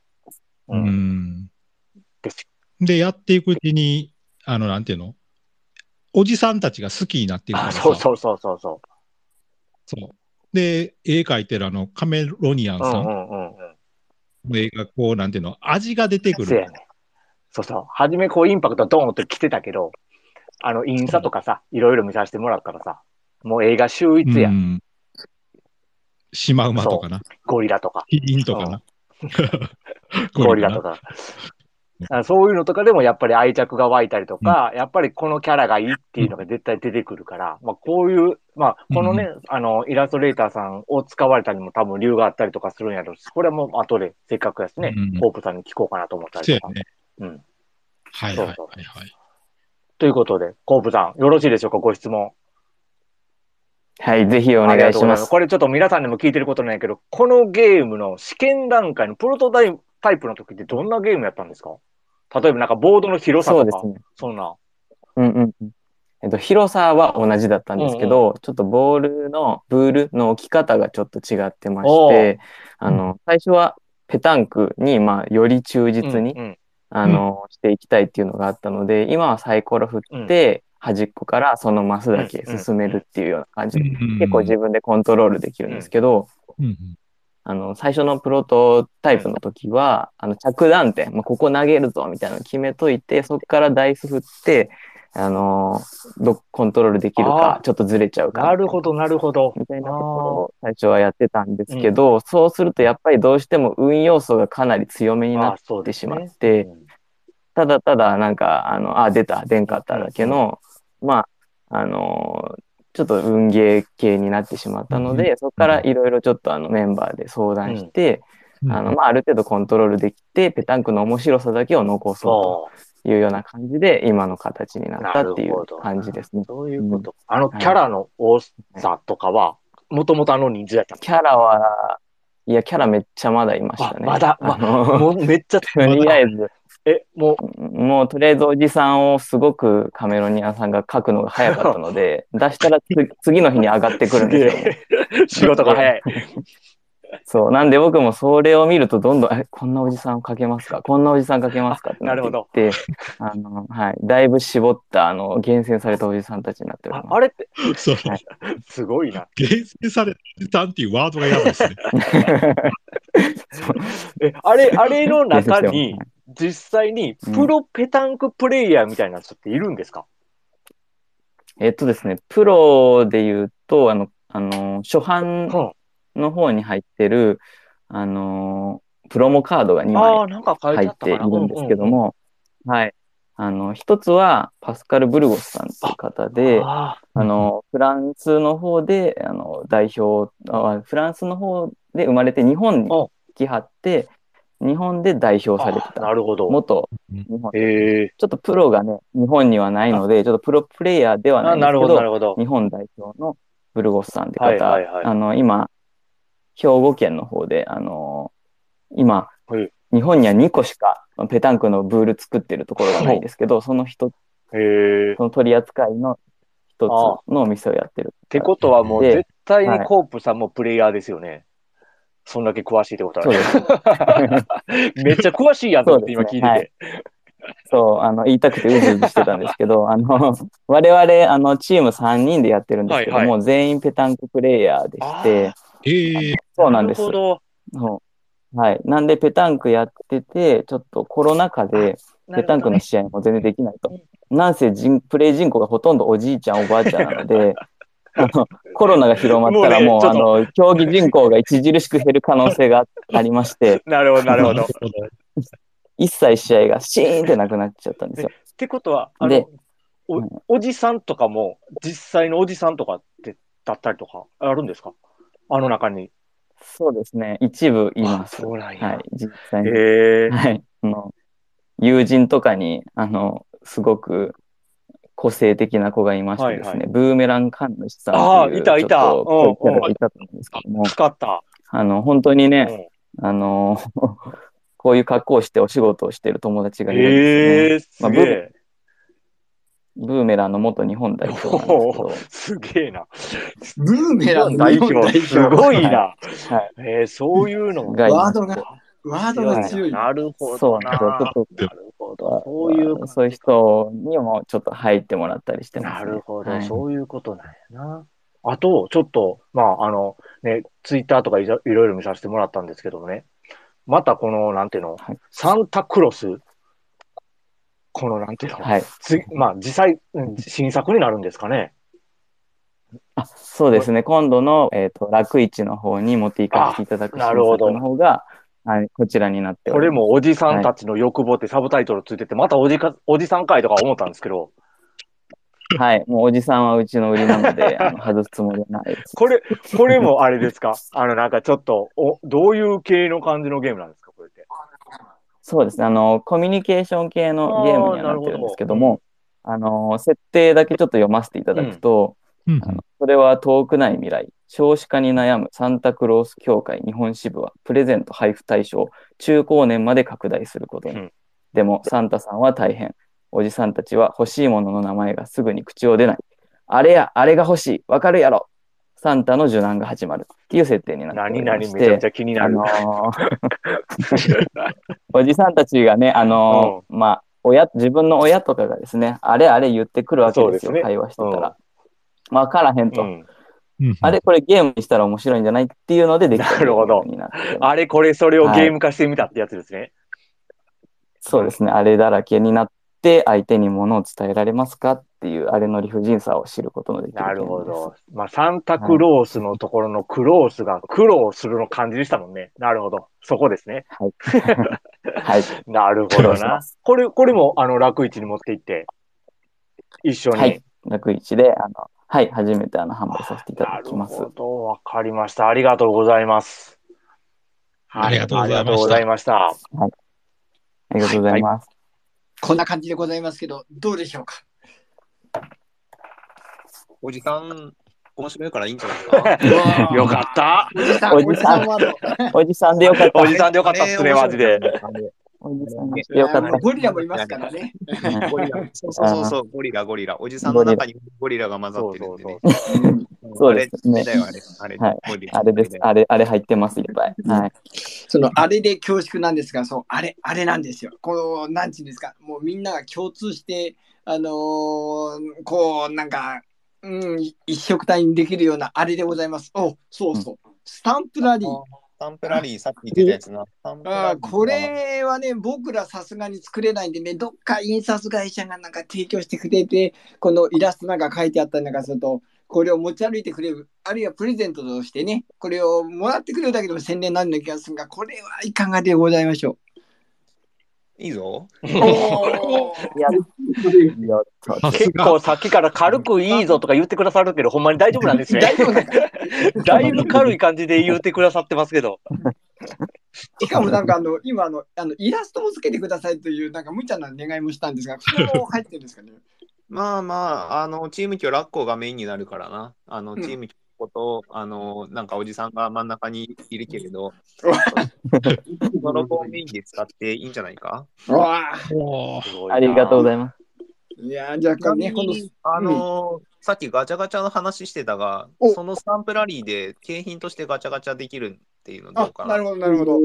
で、やっていくうちに、なんていうのおじさんたちが好きになっていくからさ。 そう。 で、絵描いてるカメロニアンさんの絵がこう、なんていうの、味が出てくる。 そうやね。そう。はじめこうインパクトドーンって来てたけど、インスタとかさ、いろいろ見させてもらったらさ、もう映画秀逸や。 シマウマとかな。 ゴリラとか。 キリンとかな。 ゴリラとか。そういうのとかでもやっぱり愛着が湧いたりとか、やっぱりこのキャラがいいっていうのが絶対出てくるから、まあこういう、まあこのね、イラストレーターさんを使われたにも多分理由があったりとかするんやろうし、これはもう後でせっかくやしね、コープさんに聞こうかなと思ったりとか。 はい。 ということで、コープさん、よろしいでしょうか、ご質問。 はい、ぜひお願いします。 これちょっと皆さんにも聞いてることないけど、このゲームの試験段階のプロトタイプの時ってどんなゲームやったんですか？例えばなんかボードの広さとか、 そうですね。 そんな。 広さは同じだったんですけど、ちょっとボールの置き方がちょっと違ってまして、最初はペタンクに、まあ、より忠実に、していきたいっていうのがあったので、今はサイコロ振って、端っこからそのマスだけ進めるっていうような感じで、結構自分でコントロールできるんですけど、最初のプロトタイプの時は、着弾点、ここ投げるぞみたいなの決めといて、そこからダイス振って、コントロールできるか、ちょっとずれちゃうか。 なるほど。 みたいなところを最初はやってたんですけど、そうするとやっぱりどうしても運要素がかなり強めになってしまって、ただただなんか、出んかっただけの、ちょっと運ゲー系になってしまったので、そこからいろいろちょっとメンバーで相談して、ある程度コントロールできて、ペタンクの面白さだけを残そうというような感じで、今の形になったっていう感じですね。 そういうこと。キャラの多さとかは、もともと人数やったの？ キャラは、キャラめっちゃまだいましたね。 まだ、もうめっちゃ、 とりあえず、もうとりあえずおじさんをすごくカメロニアンさんが描くのが早かったので、出したら次の日に上がってくるんですよ。仕事が早い。 そう。なんで僕もそれを見るとどんどん、こんなおじさん描けますかこんなおじさん描けますかってなっていって、だいぶ絞った、厳選されたおじさんたちになっております。 あれって、すごいな。 厳選されたおじさんっていうワードがやばいですね。 あれの中に、実際にプロペタンクプレイヤーみたいな人っているんですか？ ですね、プロで言うと、初版の方に入ってる、プロモカードが2枚入っているんですけども、はい。一つはパスカル・ブルゴスさんという方で、フランスの方で、フランスの方で生まれて日本に来はって、日本で代表されてた。 なるほど。 元日本。ちょっとプロがね、日本にはないので、ちょっとプロプレイヤーではないんですけど、日本代表のブルゴスさんって方、今、兵庫県の方で、今、日本には2個しかペタンクのブール作ってるところがないんですけど、その取り扱いの一つのお店をやってる。 ってことはもう絶対にコープさんもプレイヤーですよね。そんだけ詳しいってことは。めっちゃ詳しいやんと思って今聞いてて。 言いたくてうずうずしてたんですけど、我々、チーム3人でやってるんですけども、全員ペタンクプレイヤーでして、そうなんです。はい。なんで、ペタンクやってて、ちょっとコロナ禍で、 ペタンクの試合も全然できないと。なんせプレイ人口がほとんどおじいちゃんおばあちゃんなので、コロナが広まったらもう、競技人口が著しく減る可能性がありまして、 なるほど、なるほど。 一切試合がシーンってなくなっちゃったんですよ。 ってことは、おじさんとかも、実際のおじさんとかってだったりとか、あるんですか？あの中に。 そうですね。一部います。 そうなんや。 はい。実際に。はい。友人とかに、すごく個性的な子がいましてですね、ブーメラン神主さんっていう、ちょっと濃いキャラがいたと思うんですけども、 使った。 本当にね、こういう格好をしてお仕事をしている友達がいるんですね。ブーメランの元日本代表なんですけど。 すげえな。 ブーメランの日本代表。 すごいな。そういうのがワードが強い。 なるほどな。なるほど。 そういう人にもちょっと入ってもらったりしてます、 ね。なるほど。そういうことなんやな。あと、ちょっと、ツイッターとかいろいろ見させてもらったんですけどもね。またこの、なんていうの、サンタクロス。この、なんていうの、実際、新作になるんですかね。 そうですね。今度の、楽市の方に持っていかせていただく新作の方が、こちらになっております。 これもおじさんたちの欲望ってサブタイトルついてて、またおじさん会とか思ったんですけど。 はい。もうおじさんはうちの売りなので、外すつもりはないです。 これもあれですか？なんかちょっと、どういう系の感じのゲームなんですか、これって。 そうですね。コミュニケーション系のゲームにはなってるんですけども、設定だけちょっと読ませていただくと、それは遠くない未来、少子化に悩むサンタクロース協会日本支部は、プレゼント配布対象を中高年まで拡大することに。でも、サンタさんは大変。おじさんたちは欲しいものの名前がすぐに口を出ない。あれや、あれが欲しい。わかるやろ。サンタの受難が始まるっていう設定になっておりまして。 めちゃくちゃ気になる。 おじさんたちがね、自分の親とかがですね、あれあれ言ってくるわけですよ、会話してたら。わからへんと。あれこれゲームにしたら面白いんじゃないっていうのでできたゲームになって。 あれこれそれをゲーム化してみたってやつですね。 そうですね。あれだらけになって相手に物を伝えられますかっていうあれの理不尽さを知ることのできる。 なるほど。サンタクロースのところのクロースが苦労するの感じでしたもんね。なるほど。そこですね。 はい。はい。 なるほどな。これも楽市に持って行って一緒に。はい。 楽市ではい、初めて販売させていただきます。 なるほど。わかりました。ありがとうございます。 ありがとうございました。 はい。ありがとうございます。 こんな感じでございますけど、どうでしょうか。 お時間面白いからいいんじゃないですか。 よかった。 おじさんでよかった。 おじさんでよかったっすね、マジで。 よかった。 ゴリラもいますからね。 そう、ゴリラ。おじさんの中にゴリラが混ざってるんでね。 そうですね。あれです。あれ入ってます、いっぱい。はい。 あれで恐縮なんですが、あれなんですよ。なんていうんですか、もうみんなが共通して、なんか、一色体にできるようなあれでございます。そう。スタンプラリー。 スタンプラリー、さっき言ってたやつな。 これはね、僕らさすがに作れないんでね、どっか印刷会社がなんか提供してくれて、このイラストなんか書いてあったりなんかすると、これを持ち歩いてくれる、あるいはプレゼントとしてね、これをもらってくれるだけでも宣伝になるような気がするが、これはいかがでございましょう。 いいぞ。 結構さっきから軽くいいぞとか言ってくださるけど、ほんまに大丈夫なんですね。だいぶ軽い感じで言ってくださってますけど。 しかもなんか今イラストもつけてくださいというなんか無茶な願いもしたんですが、それも入ってるんですかね。 チーム今日ラッコがメインになるからな。チームとなんかおじさんが真ん中にいるけれど、そのロゴをメインで使っていいんじゃないか。 ありがとうございます。 いやじゃあね、 さっきガチャガチャの話してたが、そのスタンプラリーで景品としてガチャガチャできるっていうのどうかな。 なるほど。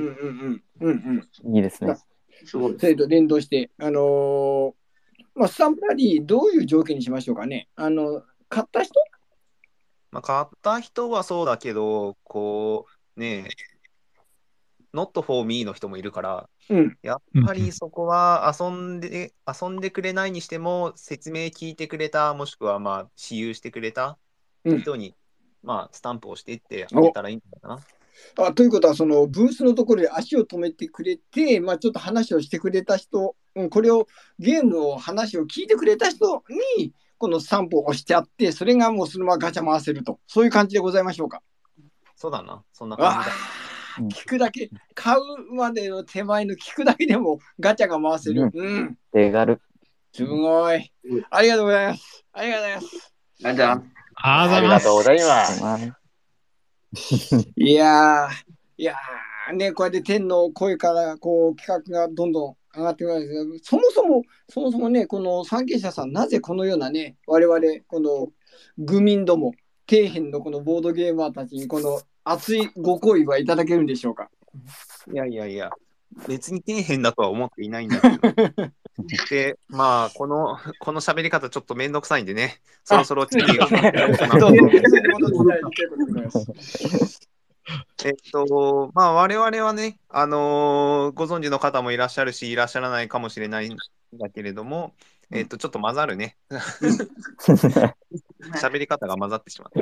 いいですね。 すごい。それと連動して、スタンプラリーどういう条件にしましょうかね。買った人？ 買った人はそうだけど、 not for me の人もいるから、やっぱりそこは遊んでくれないにしても、説明聞いてくれた、もしくはまあ、私有してくれた人に、まあ、スタンプをしていってあげたらいいんじゃないかな。 ということは、そのブースのところで足を止めてくれて、まあ、ちょっと話をしてくれた人、これをゲームを話を聞いてくれた人にこのスタンプを押してあって、それがもうそのままガチャ回せると、そういう感じでございましょうか。 そうだな、そんな感じだ。 聞くだけ、買うまでの手前の聞くだけでもガチャが回せる。 手軽。 すごい。ありがとうございます。ありがとうございます。 ありがとうございます。 いやーね、こうやって天の声からこう企画がどんどん上がってくるんですけど、そもそもね、この参詣者さん、なぜこのようなね、我々、この愚民ども、底辺のこのボードゲーマーたちに、この熱いご好意はいただけるんでしょうか。 いや、別に底辺だとは思っていないんだけど。で、まあ、この喋り方ちょっとめんどくさいんでね、そろそろ次が。まあ、我々はね、ご存知の方もいらっしゃるし、いらっしゃらないかもしれないんだけれども、ちょっと混ざるね。喋り方が混ざってしまった。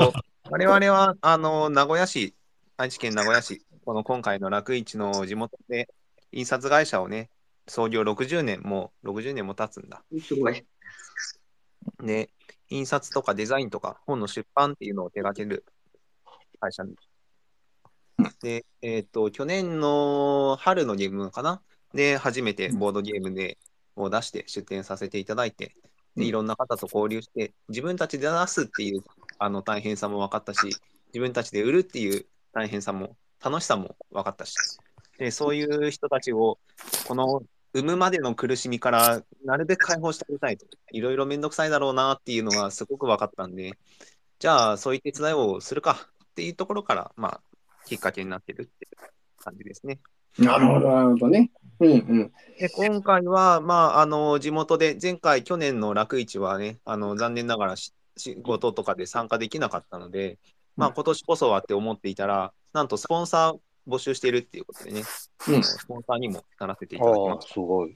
我々は、名古屋市、愛知県名古屋市、今回の楽市の地元で印刷会社をね、創業60年も経つんだ。 すごい。 で、印刷とかデザインとか本の出版っていうのを手掛ける会社で、去年の春のゲームかなで、初めてボードゲームを出して出展させていただいて、でいろんな方と交流して、自分たちで出すっていう大変さも分かったし、自分たちで売るっていう大変さも、楽しさも分かったし、でそういう人たちを、この生むまでの苦しみからなるべく解放してあげたいと、いろいろめんどくさいだろうなっていうのがすごく分かったんで、じゃあそういう手伝いをするかっていうところから、まあ、きっかけになってるっていう感じですね。 なるほど、なるほどね。 で今回は、まあ、地元で、去年の楽市はね、残念ながら仕事とかで参加できなかったので、まあ、今年こそはって思っていたら、なんとスポンサー募集しているっていうことでね、スポンサーにもならせていただきます。 すごい。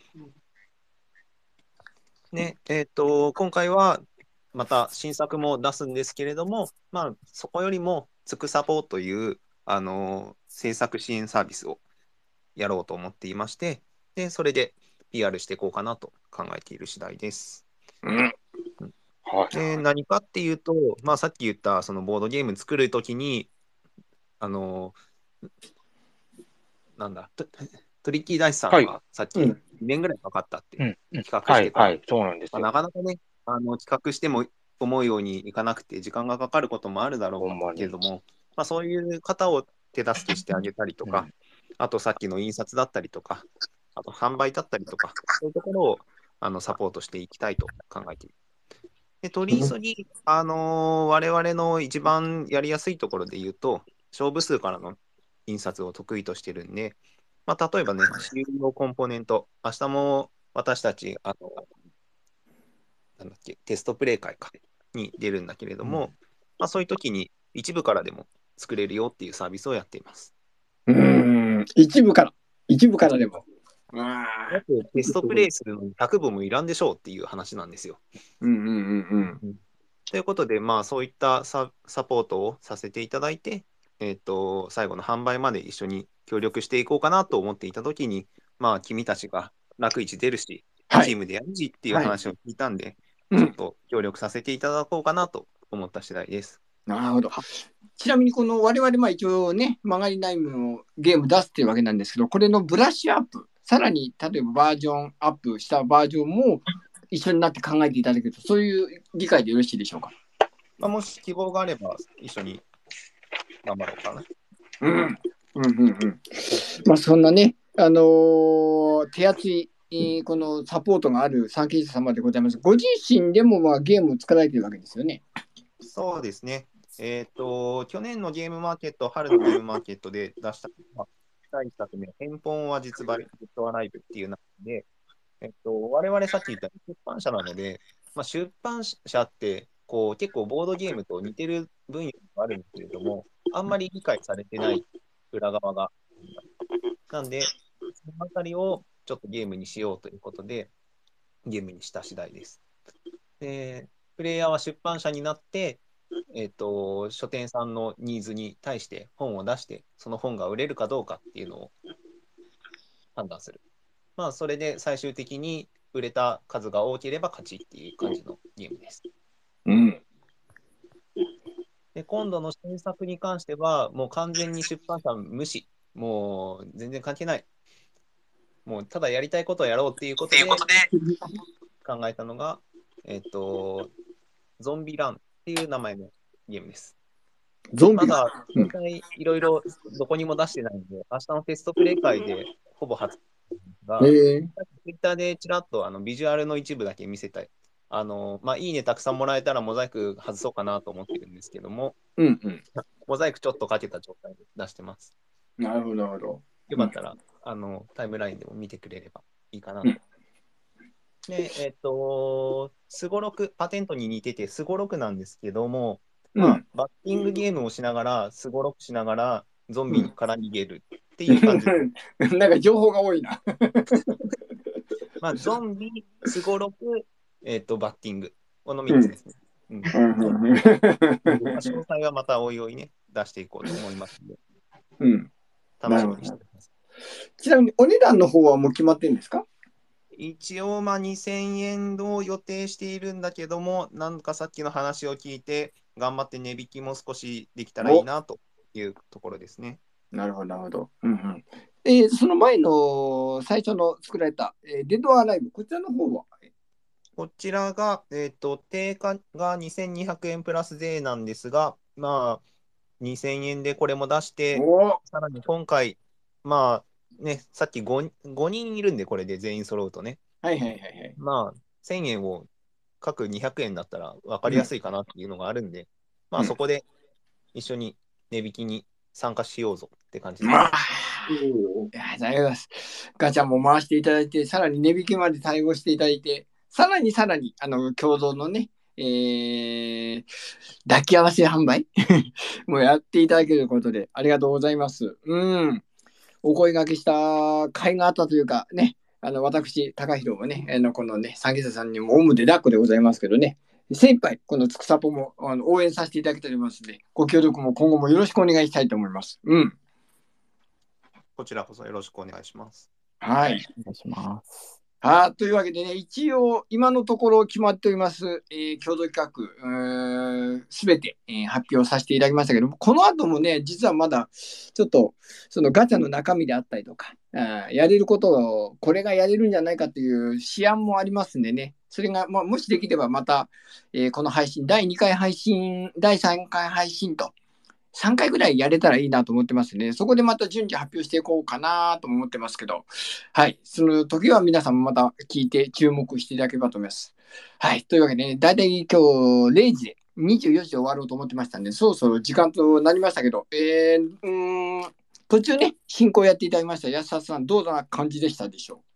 ね、今回は、また新作も出すんですけれども、まあ、そこよりも、つくサポという、制作支援サービスをやろうと思っていまして、でそれで PR していこうかなと考えている次第です。で何かっていうと、まあ、さっき言ったそのボードゲーム作るときに、なんだ、トリッキーダイスさんがさっき2年ぐらいかかったって企画してた。 そうなんですよ。 なかなかね、企画しても思うようにいかなくて時間がかかることもあるだろうけれども、まあ、そういう方を手助けしてあげたりとか、あとさっきの印刷だったりとか、あと販売だったりとか、そういうところをサポートしていきたいと考えている。で取り急ぎ、我々の一番やりやすいところで言うと、勝負数からの印刷を得意としてるんで、まあ、例えばね、有料コンポーネント、明日も私たち、なんだっけ、テストプレイ会に出るんだけれども、まあ、そういう時に一部からでも作れるよっていうサービスをやっています。 一部からでも。 テストプレイするのに100部もいらんでしょうっていう話なんですよ。ということで、まあ、そういったサポートをさせていただいて、最後の販売まで一緒に協力していこうかなと思っていたときに、まあ、君たちが楽市出るし、チームでやるしっていう話を聞いたんで、ちょっと協力させていただこうかなと思った次第です。 なるほど。ちなみにこの我々一応ね、曲がりナイムをゲーム出すっていうわけなんですけど、これのブラッシュアップ、さらに例えばバージョンアップしたバージョンも一緒になって考えていただけると、そういう理解でよろしいでしょうか。 まあ、もし希望があれば一緒に頑張ろうかな。 まあそんなね、手厚いこのサポートがある参詣者様でございます。ご自身でもゲームを作られているわけですよね。 そうですね。去年のゲームマーケット、春のゲームマーケットで出した、第1作目、返本は実売、グッドアライブっていう中で、我々さっき言った出版社なので、まあ、出版社って結構ボードゲームと似てる分野があるんですけれども、あんまり理解されてない裏側がなんで、そのあたりをちょっとゲームにしようということで、ゲームにした次第です。で、プレイヤーは出版社になって、書店さんのニーズに対して本を出して、その本が売れるかどうかっていうのを判断する。まあ、それで最終的に売れた数が多ければ勝ちっていう感じのゲームです。 うん。 で、今度の新作に関しては、もう完全に出版社無視。もう全然関係ない。もうただやりたいことをやろうっていうことで考えたのが、ゾンビランっていう名前のゲームです。 ゾンビまだ、実際いろいろどこにも出してないんで、明日のテストプレイ会でほぼ初が、ツイッターでちらっとビジュアルの一部だけ見せたい。いいねたくさんもらえたらモザイク外そうかなと思ってるんですけども、モザイクちょっとかけた状態で出してます。 なるほど、なるほど。 よかったら、タイムラインでも見てくれればいいかなと。で、スゴロク、パテントに似てて、スゴロクなんですけども、バッティングゲームをしながら、スゴロクしながら、ゾンビから逃げるっていう感じ。 なんか情報が多いな。 ゾンビ、スゴロク、バッティング。この3つですね。詳細はまたおいおいね、出していこうと思いますので。楽しみにしてください。 ちなみに、お値段の方はもう決まってるんですか？ 一応、2000円を予定しているんだけども、なんかさっきの話を聞いて、頑張って値引きも少しできたらいいなというところですね。 なるほど、なるほど。その前の最初の作られた、デッドアライブ、こちらの方はこちらが、定価が2200円プラス税なんですが、2000円でこれも出して、さらに今回、さっき 5人いるんで、これで全員揃うとね。1000円を各200円だったら分かりやすいかなっていうのがあるんで、そこで一緒に値引きに参加しようぞって感じです。 ありがとうございます。ガチャも回していただいて、さらに値引きまで対応していただいて、さらに共同のね、抱き合わせ販売もやっていただけることでありがとうございます。お声掛けした甲斐があったというかね、私、高弘もね、このね、三桁さんにもオウムで抱っこでございますけどね、精一杯、このつくさぽも応援させていただきたいと思いますので、ご協力も今後もよろしくお願いしたいと思います。 こちらこそよろしくお願いします。 はい。 お願いします。 というわけでね、一応、今のところ決まっております、共同企画、すべて、発表させていただきましたけども、この後もね、実はまだ、ちょっと、そのガチャの中身であったりとか、やれることを、これがやれるんじゃないかという試案もありますんでね、それが、もしできればまた、この配信、第2回配信、第3回配信と、3回ぐらいやれたらいいなと思ってますね。そこでまた順次発表していこうかなと思ってますけど、はい。その時は皆さんもまた聞いて注目していただければと思います。はい。というわけでね、だいたい今日0時で24時で終わろうと思ってましたんで、そろそろ時間となりましたけど、途中ね、進行やっていただきました安田さん、どんな感じでしたでしょ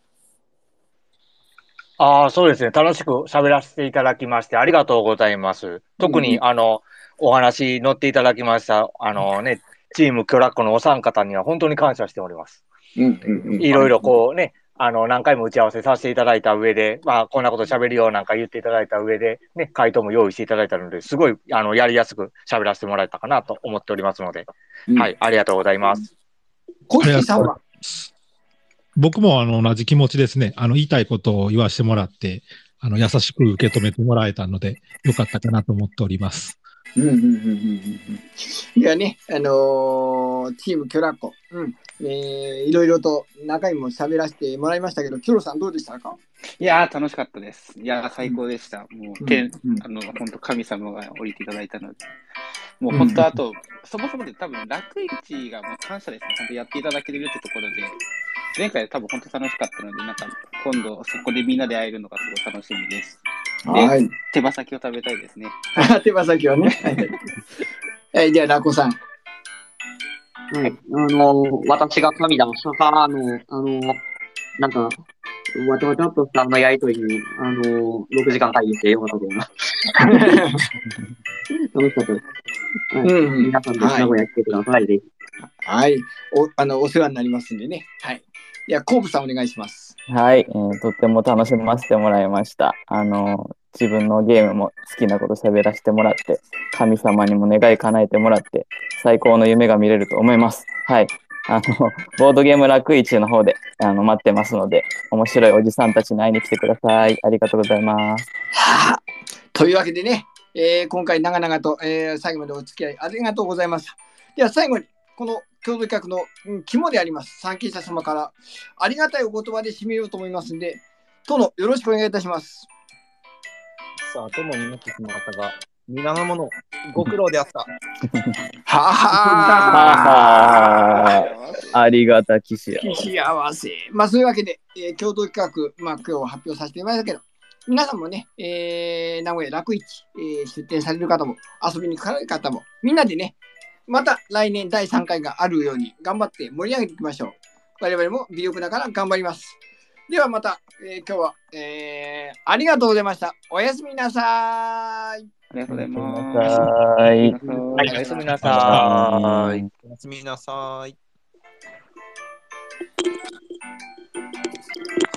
う？そうですね。楽しく喋らせていただきまして、ありがとうございます。特に、お話乗っていただきました、チームキョラッコのお三方には本当に感謝しております。いろいろこうね、何回も打ち合わせさせていただいた上で、こんなこと喋るよなんか言っていただいた上で、ね、回答も用意していただいたので、すごい、やりやすく喋らせてもらえたかなと思っておりますので、はい、ありがとうございます。 コッキーさんは僕も同じ気持ちですね。言いたいことを言わせてもらって、優しく受け止めてもらえたので、よかったかなと思っております。 ではね、チームキョラッコ、いろいろと中身も喋らせてもらいましたけど、キョロさんどうでしたか？ いやー、楽しかったです。いやー、最高でした。もう、本当神様が降りていただいたので、もう本当、あと、そもそもで多分、楽市がもう感謝ですね。本当やっていただけてるってところで、前回多分本当楽しかったので、なんか、今度そこでみんなで会えるのがすごい楽しみです。 はい。 手羽先を食べたいですね。 手羽先はね。はい、じゃあ、ラコさん。 はい。私が神だ、母の、なんか、わちゃわちゃっとしたやりとりに、6時間会議してよかったと思います。楽しかったです。 皆さんで名古屋来てください。 はい。お世話になりますんでね。はい。では、コープさんお願いします。 はい、とっても楽しませてもらいました。自分のゲームも好きなこと喋らせてもらって、神様にも願い叶えてもらって、最高の夢が見れると思います。はい。ボードゲーム楽市の方で待ってますので、面白いおじさんたちに会いに来てください。ありがとうございます。 というわけでね、今回長々と、最後までお付き合いありがとうございました。では最後に、この共同企画の肝であります参加者様からありがたいお言葉で締めようと思いますので、殿よろしくお願いいたします。 さあ、殿になってしまったが、皆の者、ご苦労であった。 ははありがたき幸せ。まあそういうわけで、共同企画、まあ今日発表させてもらいましたけど、皆さんもね、名古屋楽市、出店される方も遊びに来られる方もみんなでね、また来年第3回があるように頑張って盛り上げていきましょう。我々も微力だから頑張ります。ではまた、今日は、ありがとうございました。おやすみなさい。 ありがとうございます。 はい。 おやすみなさい。 おやすみなさい。